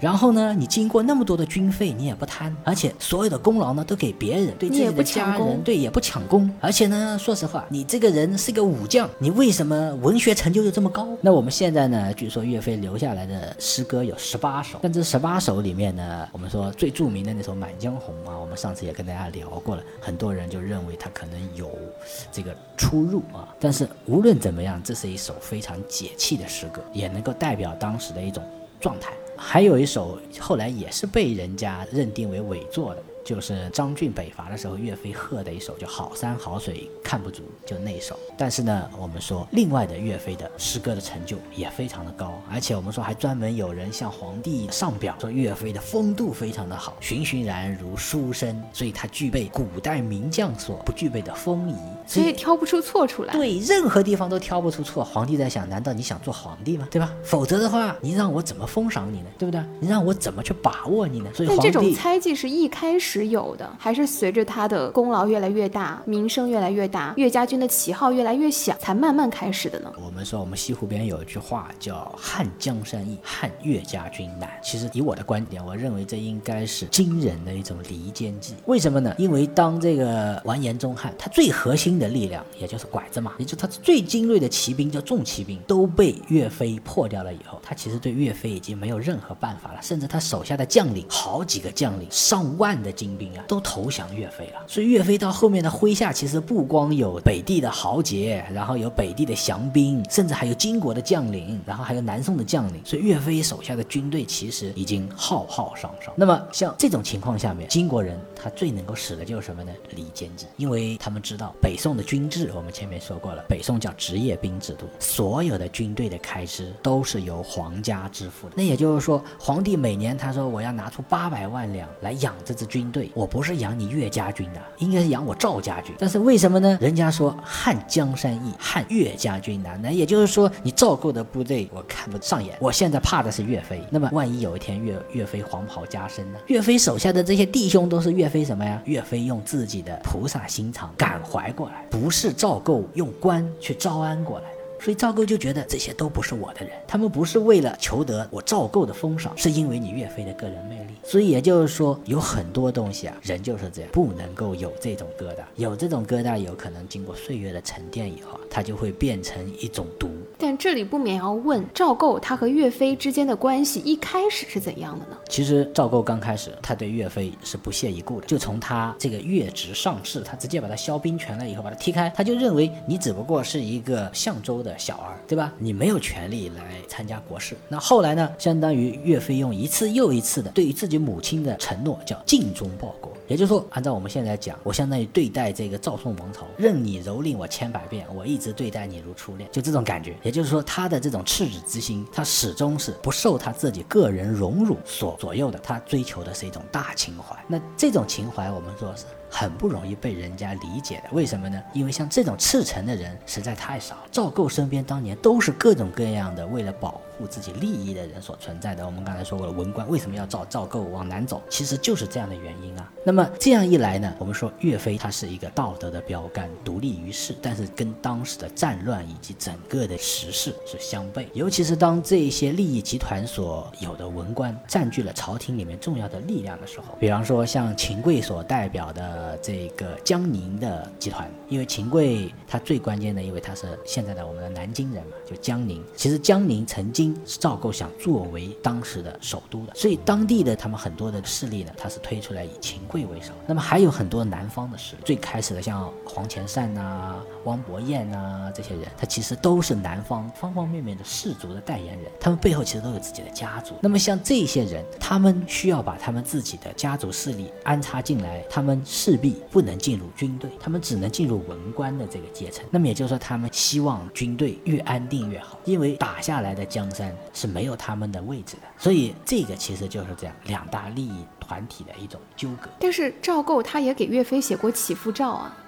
然后呢，你经过那么多的军费你也不贪，而且所有的功劳呢都给别人，对自己的家人对也不抢功，而且呢说实话，你这个人是个武将，你为什么文学成就就这么高？那我们现在呢，据说岳飞留下来的诗歌有18首，但这18首里面呢，我们说最著名的那首《满江红》啊，我们上次也跟大家聊过了，很多人就认为它可能有这个出入啊。但是无论怎么样，这是一首非常解气的诗歌，也能够代表当时的一种状态。还有一首后来也是被人家认定为伪作的，就是张俊北伐的时候岳飞贺的一首叫好山好水看不足，就那一首。但是呢，我们说另外的岳飞的诗歌的成就也非常的高，而且我们说还专门有人向皇帝上表说岳飞的风度非常的好，循循然如书生，所以他具备古代名将所不具备的风仪， 所以挑不出错出来。 对，任何地方都挑不出错。皇帝在想，难道你想做皇帝吗？对吧？否则的话，你让我怎么封赏你呢？对不对？你让我怎么去把握你呢？所以皇帝， 但这种猜忌是一开始有的，还是随着他的功劳越来越大，名声越来越大，岳家军的旗号越来越响，才慢慢开始的呢？ 我们说我们西湖边有一句话叫汉江山易，汉岳家军难。其实以我的观点，我认为这应该是惊人的一种离间计。为什么呢？因为当这个完颜宗翰他最核心的力量，也就是拐子马，也就是他最精锐的骑兵叫重骑兵，都被岳飞破掉了以后，他其实对岳飞已经没有任何办法了，甚至他手下的将领好几个将领上万的精兵啊都投降岳飞了。所以岳飞到后面的麾下其实不光有北地的豪杰，然后有北地的降兵，甚至还有金国的将领，然后还有南宋的将领，所以岳飞手下的军队其实已经浩浩汤汤。那么像这种情况下面，金国人他最能够使的就是什么呢？离间计。因为他们知道北宋的军制，我们前面说过了，北宋叫职业兵制度，所有的军队的开支都是由皇家支付的。那也就是说，皇帝每年他说我要拿出800万两来养这支军队，我不是养你岳家军的，应该是养我赵家军。但是为什么呢？人家说汉江山易，汉岳家军难。那也就是说，你赵构的部队我看不上眼，我现在怕的是岳飞。那么万一有一天岳飞黄袍加身呢？岳飞手下的这些弟兄都是岳飞什么呀？岳飞用自己的菩萨心肠感怀过来，不是赵构用官去招安过来的。所以赵构就觉得这些都不是我的人，他们不是为了求得我赵构的封赏，是因为你岳飞的个人魅力。所以也就是说，有很多东西啊，人就是这样，不能够有这种疙瘩，有这种疙瘩，有可能经过岁月的沉淀以后，它就会变成一种毒。 但这里不免要问，赵构他和岳飞之间的关系一开始是怎样的呢？ 其实赵构刚开始他对岳飞是不屑一顾的，就从他这个越职上士，他直接把他削兵权了以后把他踢开，他就认为你只不过是一个相州的小儿，对吧？你没有权利来参加国事。那后来呢，相当于岳飞用一次又一次的对于自己母亲的承诺叫尽忠报国，也就是说，按照我们现在讲，我相当于对待这个赵宋王朝，任你蹂躏我千百遍，我一直对待你如初恋，就这种感觉。也就是说，他的这种赤子之心，他始终是不受他自己个人荣辱所左右的，他追求的是一种大情怀。那这种情怀，我们说是很不容易被人家理解的。为什么呢？因为像这种赤诚的人实在太少。赵构身边当年都是各种各样的为了保护自己利益的人所存在的。我们刚才说过了，文官为什么要赵构往南走，其实就是这样的原因啊。那么这样一来呢，我们说岳飞他是一个道德的标杆，独立于世，但是跟当时的战乱以及整个的时事是相悖。尤其是当这些利益集团所有的文官占据了朝廷里面重要的力量的时候，比方说像秦桧所代表的这个江宁的集团，因为秦桧他最关键的，因为他是现在的我们的南京人嘛，就江宁。其实江宁曾经是赵构想作为当时的首都的，所以当地的他们很多的势力呢，他是推出来以秦桧为首。那么还有很多南方的势力，最开始的像黄潜善啊、汪伯彦啊这些人，他其实都是南方方方面面的氏族的代言人，他们背后其实都有自己的家族。那么像这些人，他们需要把他们自己的家族势力安插进来，他们势必不能进入军队，他们只能进入文官的这个阶层。那么也就是说，他们希望军队越安定越好，因为打下来的江山是没有他们的位置的。所以这个其实就是这样两大利益团体的一种纠葛。 但是赵构他也给岳飞写过起复诏啊。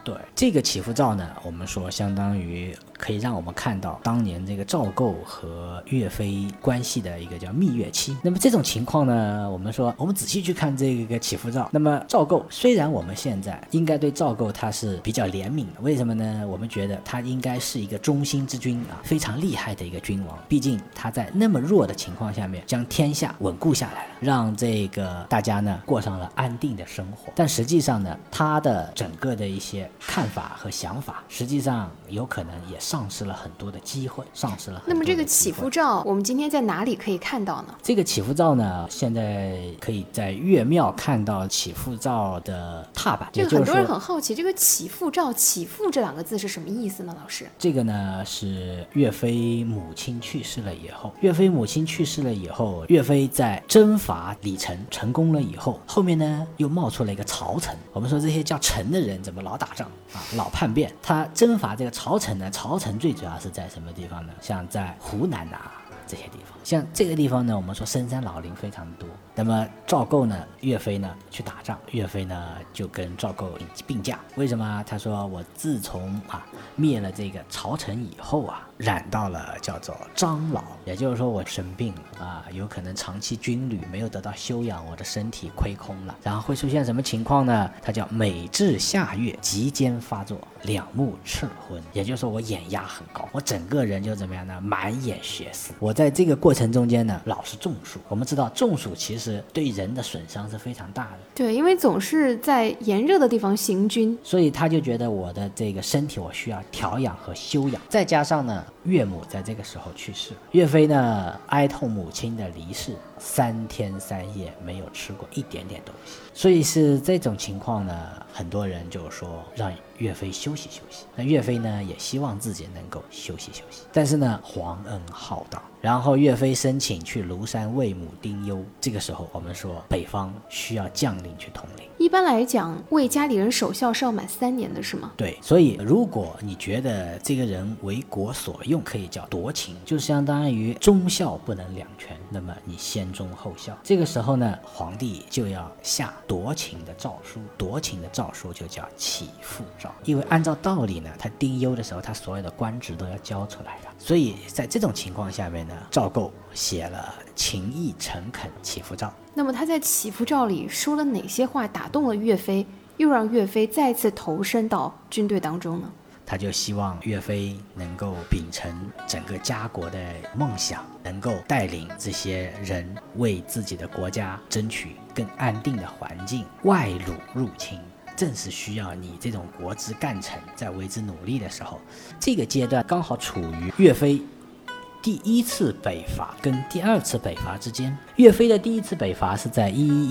对，这个起伏照呢，我们说相当于可以让我们看到当年这个赵构和岳飞关系的一个叫蜜月期。那么这种情况呢，我们说我们仔细去看这个起伏照，那么赵构虽然我们现在应该对赵构他是比较怜悯的，为什么呢？我们觉得他应该是一个中兴之君啊，非常厉害的一个君王，毕竟他在那么弱的情况下面将天下稳固下来了，让这个大家呢过上了安定的生活。但实际上呢，他的整个的一些看法和想法，实际上有可能也丧失了很多的机会，丧失了很多的机会。 那么这个起伏照，我们今天在哪里可以看到呢？ 这个起伏照呢，现在可以在岳庙看到起伏照的踏板。 这个很多人很好奇，这个起伏照，起伏这两个字是什么意思呢？老师， 这个呢是岳飞母亲去世了以后，岳飞母亲去世了以后，岳飞在征伐李成成功了以后，后面呢又冒出了一个曹成。我们说这些叫成的人怎么老打仗啊，老叛变？他征伐这个曹成呢，曹成最主要是在什么地方呢？像在湖南啊这些地方，像这个地方呢，我们说深山老林非常多。那么赵构呢，岳飞呢去打仗，岳飞呢就跟赵构并驾。为什么？他说我自从灭了这个曹成以后染到了叫做张老，也就是说我生病了有可能长期军旅没有得到休养，我的身体亏空了，然后会出现什么情况呢？它叫每至下月急间发作，两目赤昏，也就是说我眼压很高，我整个人就怎么样呢？满眼血丝。我在这个过程中间呢，老是中暑。我们知道中暑其实对人的损伤是非常大的， 对，因为总是在炎热的地方行军， 所以他就觉得我的这个身体我需要调养和休养。再加上呢，岳母在这个时候去世，岳飞呢哀痛母亲的离世，3天3夜没有吃过一点点东西，所以是这种情况呢，很多人就说让岳飞休息休息。那岳飞呢也希望自己能够休息休息，但是呢皇恩浩荡，然后岳飞申请去庐山为母丁忧。这个时候我们说北方需要将领去统领。 一般来讲为家里人守孝是要满3年的是吗？ 对，所以如果你觉得这个人为国所用，可以叫夺情，就相当于忠孝不能两全，那么你先忠后孝。这个时候呢，皇帝就要下夺情的诏书，夺情的诏书就叫起复诏。因为按照道理呢，他丁忧的时候，他所有的官职都要交出来的，所以在这种情况下面呢，赵构写了情义诚恳起复诏。 那么他在起伏照里说了哪些话打动了岳飞，又让岳飞再次投身到军队当中呢？ 他就希望岳飞能够秉承整个家国的梦想，能够带领这些人为自己的国家争取更安定的环境。外虏入侵正是需要你这种国之干臣在为之努力的时候。这个阶段刚好处于岳飞第一次北伐跟第二次北伐之间。岳飞的第一次北伐是在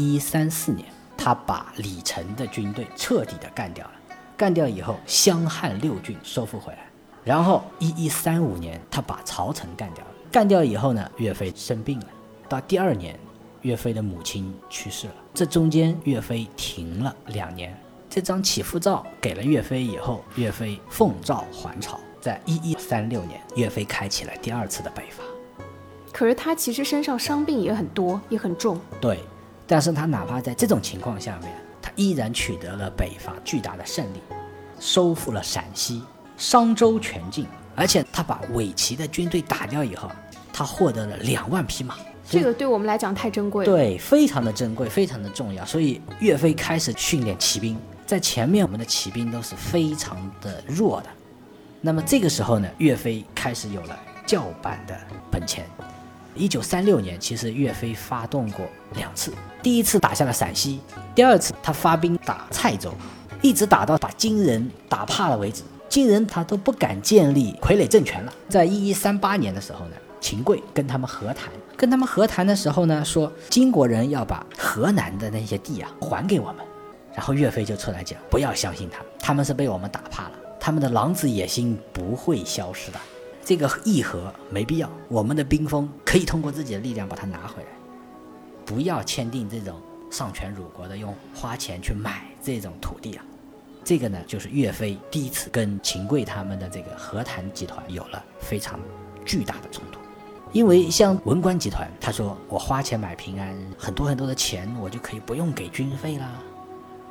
1134年，他把李成的军队彻底的干掉了，干掉以后湘汉6郡收复回来。然后1135年他把曹成干掉了，干掉以后呢，岳飞生病了。到第2年岳飞的母亲去世了，这中间岳飞停了2年。这张起复诏给了岳飞以后，岳飞奉诏还朝。在1136年，岳飞开启了第2次的北伐。 可是他其实身上伤病也很多，也很重。 对，但是他哪怕在这种情况下面，他依然取得了北伐巨大的胜利，收复了陕西，商州全境。而且他把伪齐的军队打掉以后，他获得了2万匹马。 这个对我们来讲太珍贵了。 对，非常的珍贵，非常的重要。所以岳飞开始训练骑兵，在前面我们的骑兵都是非常的弱的。那么这个时候呢，岳飞开始有了叫板的本钱。1936年，其实岳飞发动过2次，第一次打下了陕西，第2次他发兵打蔡州，一直打到把金人打怕了为止。金人他都不敢建立傀儡政权了。在1138年的时候呢，秦桧跟他们和谈的时候呢，说金国人要把河南的那些地还给我们。然后岳飞就出来讲，不要相信他们，他们是被我们打怕了，他们的狼子野心不会消失的，这个议和没必要，我们的兵锋可以通过自己的力量把它拿回来，不要签订这种丧权辱国的用花钱去买这种土地这个呢，就是岳飞第一次跟秦桧他们的这个和谈集团有了非常巨大的冲突。因为像文官集团，他说我花钱买平安，很多很多的钱我就可以不用给军费啦。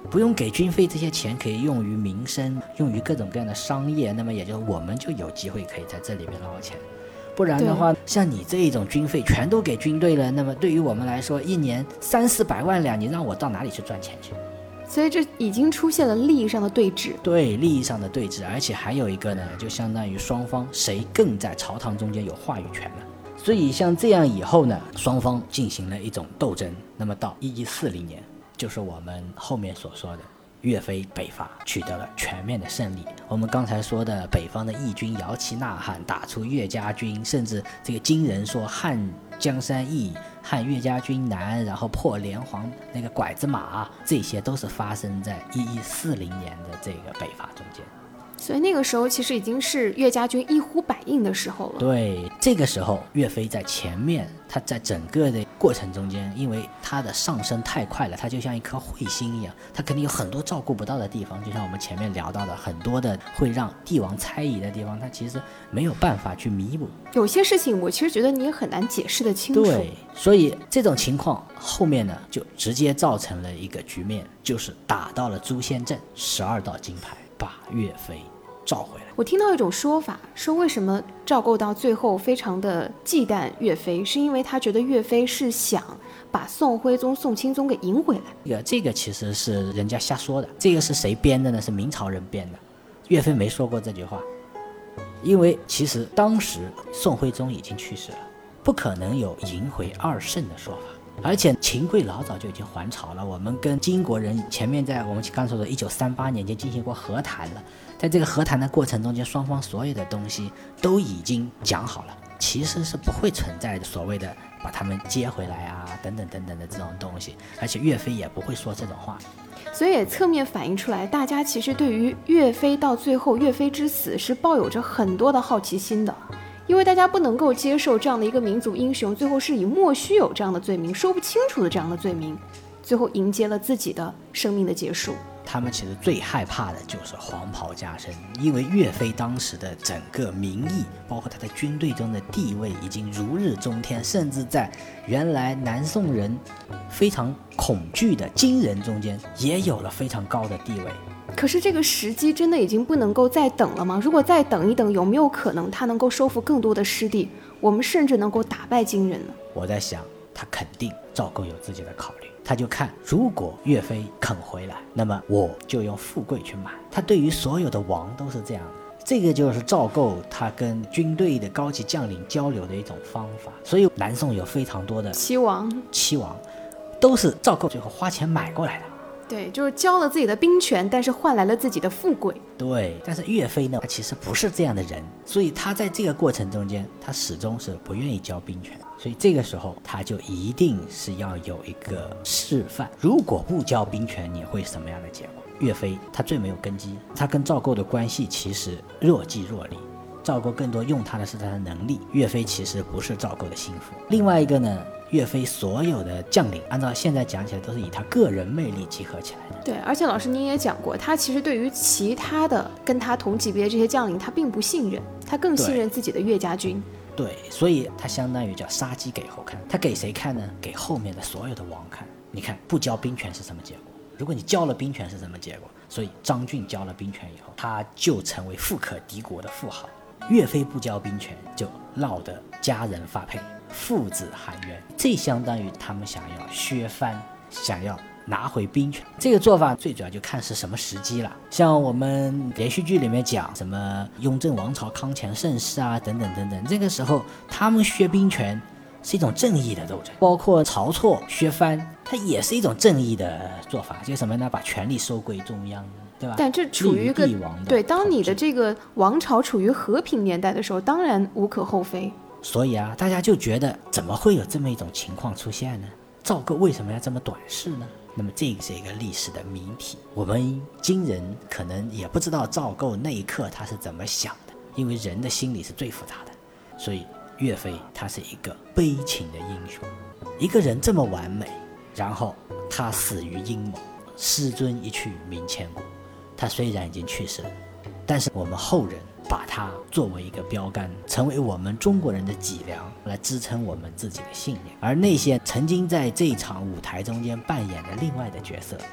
不用给军费，这些钱可以用于民生，用于各种各样的商业，那么也就我们就有机会可以在这里面捞钱。不然的话，像你这一种军费全都给军队了，那么对于我们来说，一年300-400万两，你让我到哪里去赚钱去？ 所以这已经出现了利益上的对峙。 对，利益上的对峙，而且还有一个呢，就相当于双方谁更在朝堂中间有话语权了。所以像这样以后呢，双方进行了一种斗争。那么到1140年，就是我们后面所说的岳飞北伐取得了全面的胜利。我们刚才说的北方的义军摇旗呐喊，打出岳家军，甚至这个金人说汉江山易，汉岳家军难，然后破连环那个拐子马，这些都是发生在1140年的这个北伐中间。 所以那个时候其实已经是岳家军一呼百应的时候了。 对，这个时候岳飞在前面，他在整个的过程中间，因为他的上升太快了，他就像一颗彗星一样，他肯定有很多照顾不到的地方，就像我们前面聊到的很多的会让帝王猜疑的地方，他其实没有办法去弥补。 有些事情我其实觉得你也很难解释得清楚。 对，所以这种情况后面呢，就直接造成了一个局面，就是打到了朱仙镇，12道金牌把岳飞召回来。 我听到一种说法，说为什么赵构到最后非常的忌惮岳飞，是因为他觉得岳飞是想把宋徽宗、宋钦宗给赢回来。 这个其实是人家瞎说的，这个是谁编的呢？是明朝人编的，岳飞没说过这句话。因为其实当时宋徽宗已经去世了，不可能有赢回2胜的说法。而且秦桧老早就已经还朝了，我们跟金国人前面在我们刚说的1938年已经进行过和谈了，在这个和谈的过程中间，双方所有的东西都已经讲好了，其实是不会存在的所谓的把他们接回来啊等等等等的这种东西，而且岳飞也不会说这种话。 所以也侧面反映出来，大家其实对于岳飞到最后岳飞之死是抱有着很多的好奇心的，因为大家不能够接受这样的一个民族英雄最后是以莫须有这样的罪名，说不清楚的这样的罪名，最后迎接了自己的生命的结束。 他们其实最害怕的就是黄袍加身，因为岳飞当时的整个名义，包括他在军队中的地位已经如日中天，甚至在原来南宋人非常恐惧的金人中间也有了非常高的地位。 可是这个时机真的已经不能够再等了吗？如果再等一等，有没有可能他能够收复更多的失地，我们甚至能够打败金人呢？ 我在想，他肯定赵构有自己的考虑，他就看如果岳飞肯回来，那么我就用富贵去买。他对于所有的王都是这样的，这个就是赵构他跟军队的高级将领交流的一种方法。所以南宋有非常多的齐王都是赵构最后花钱买过来的。 对，就是交了自己的兵权，但是换来了自己的富贵。 对，但是岳飞呢，他其实不是这样的人，所以他在这个过程中间，他始终是不愿意交兵权，所以这个时候他就一定是要有一个示范，如果不交兵权，你会什么样的结果？岳飞他最没有根基，他跟赵构的关系其实若即若离，赵构更多用他的是他的能力，岳飞其实不是赵构的心腹。另外一个呢，岳飞所有的将领，按照现在讲起来都是以他个人魅力集合起来的。 对，而且老师您也讲过，他其实对于其他的跟他同级别的这些将领，他并不信任，他更信任自己的岳家军。 对，所以他相当于叫杀鸡给猴看。他给谁看呢？给后面的所有的王看。你看不交兵权是什么结果？如果你交了兵权是什么结果？所以张俊交了兵权以后，他就成为富可敌国的富豪。岳飞不交兵权，就落得家人发配，父子含冤。这相当于他们想要削藩，想要拿回兵权。这个做法最主要就看是什么时机了。像我们连续剧里面讲什么雍正王朝康乾盛世啊等等等等，这个时候他们削兵权是一种正义的斗争，包括晁错削藩，它也是一种正义的做法，就是什么呢？把权力收归中央，对吧？ 但这处于一个对，当你的这个王朝处于和平年代的时候，当然无可厚非。 所以啊，大家就觉得怎么会有这么一种情况出现呢？赵构为什么要这么短视呢？那么这是一个历史的谜题，我们今人可能也不知道赵构那一刻他是怎么想的，因为人的心理是最复杂的。所以岳飞他是一个悲情的英雄，一个人这么完美，然后他死于阴谋，师尊一去名千古。他虽然已经去世了，但是我们后人把它作为一个标杆，成为我们中国人的脊梁，来支撑我们自己的信念。而那些曾经在这场舞台中间扮演的另外的角色，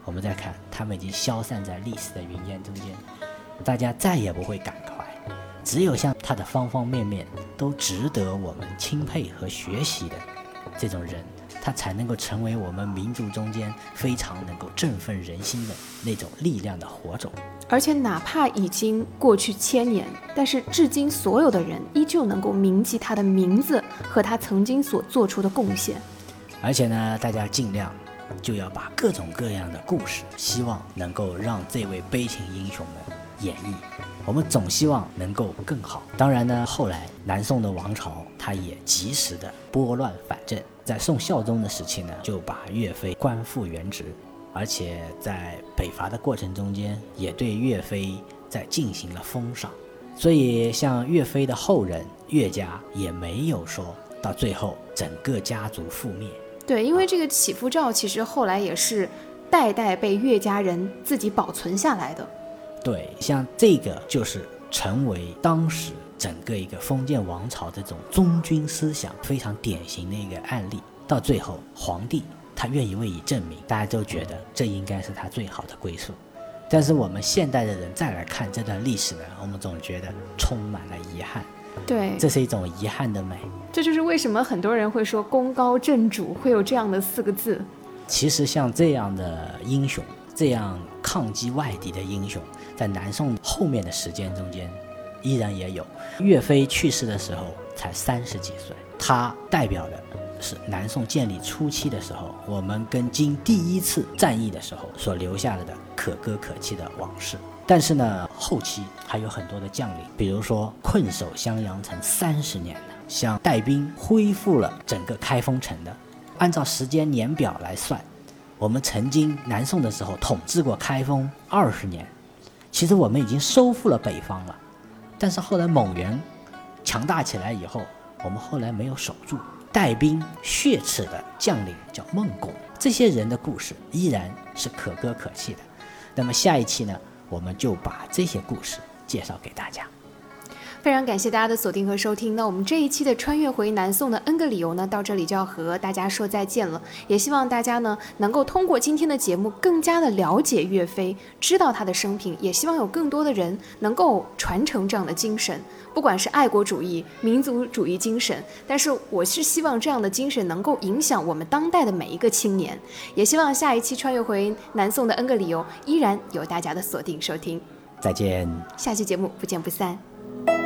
我们再看，他们已经消散在历史的云烟中间，大家再也不会感慨。只有像他的方方面面都值得我们钦佩和学习的这种人，他才能够成为我们民族中间非常能够振奋人心的那种力量的火种。 而且哪怕已经过去1000年，但是至今所有的人依旧能够铭记他的名字和他曾经所做出的贡献。 而且呢，大家尽量就要把各种各样的故事，希望能够让这位悲情英雄们演绎。我们总希望能够更好。当然呢，后来南宋的王朝他也及时的拨乱反正，在宋孝宗的时期呢，就把岳飞官复原职，而且在北伐的过程中间也对岳飞在进行了封赏。所以像岳飞的后人岳家也没有说到最后整个家族覆灭。 对，因为这个祈福照其实后来也是代代被岳家人自己保存下来的。 对，像这个就是成为当时整个一个封建王朝这种忠君思想非常典型的一个案例。到最后皇帝他愿意为以正名，大家都觉得这应该是他最好的归宿。但是我们现代的人再来看这段历史呢，我们总觉得充满了遗憾。 对， 这是一种遗憾的美。 这就是为什么很多人会说功高震主，会有这样的4个字。 其实像这样的英雄，这样抗击外敌的英雄，在南宋后面的时间中间依然也有。岳飞去世的时候才30几岁，他代表的是南宋建立初期的时候，我们跟金第一次战役的时候所留下的可歌可泣的往事。但是呢，后期还有很多的将领，比如说困守襄阳城30年的，像带兵恢复了整个开封城的。按照时间年表来算，我们曾经南宋的时候统治过开封20年，其实我们已经收复了北方了。但是后来蒙元强大起来以后，我们后来没有守住。带兵血耻的将领叫孟拱，这些人的故事依然是可歌可泣的。那么下一期呢，我们就把这些故事介绍给大家。 非常感谢大家的锁定和收听。那我们这一期的穿越回南宋的 N 个理由呢，到这里就要和大家说再见了。也希望大家呢能够通过今天的节目更加的了解岳飞，知道他的生平，也希望有更多的人能够传承这样的精神，不管是爱国主义、民族主义精神，但是我是希望这样的精神能够影响我们当代的每一个青年。也希望下一期穿越回南宋的 N 个理由依然有大家的锁定收听。 再见， 下期节目不见不散。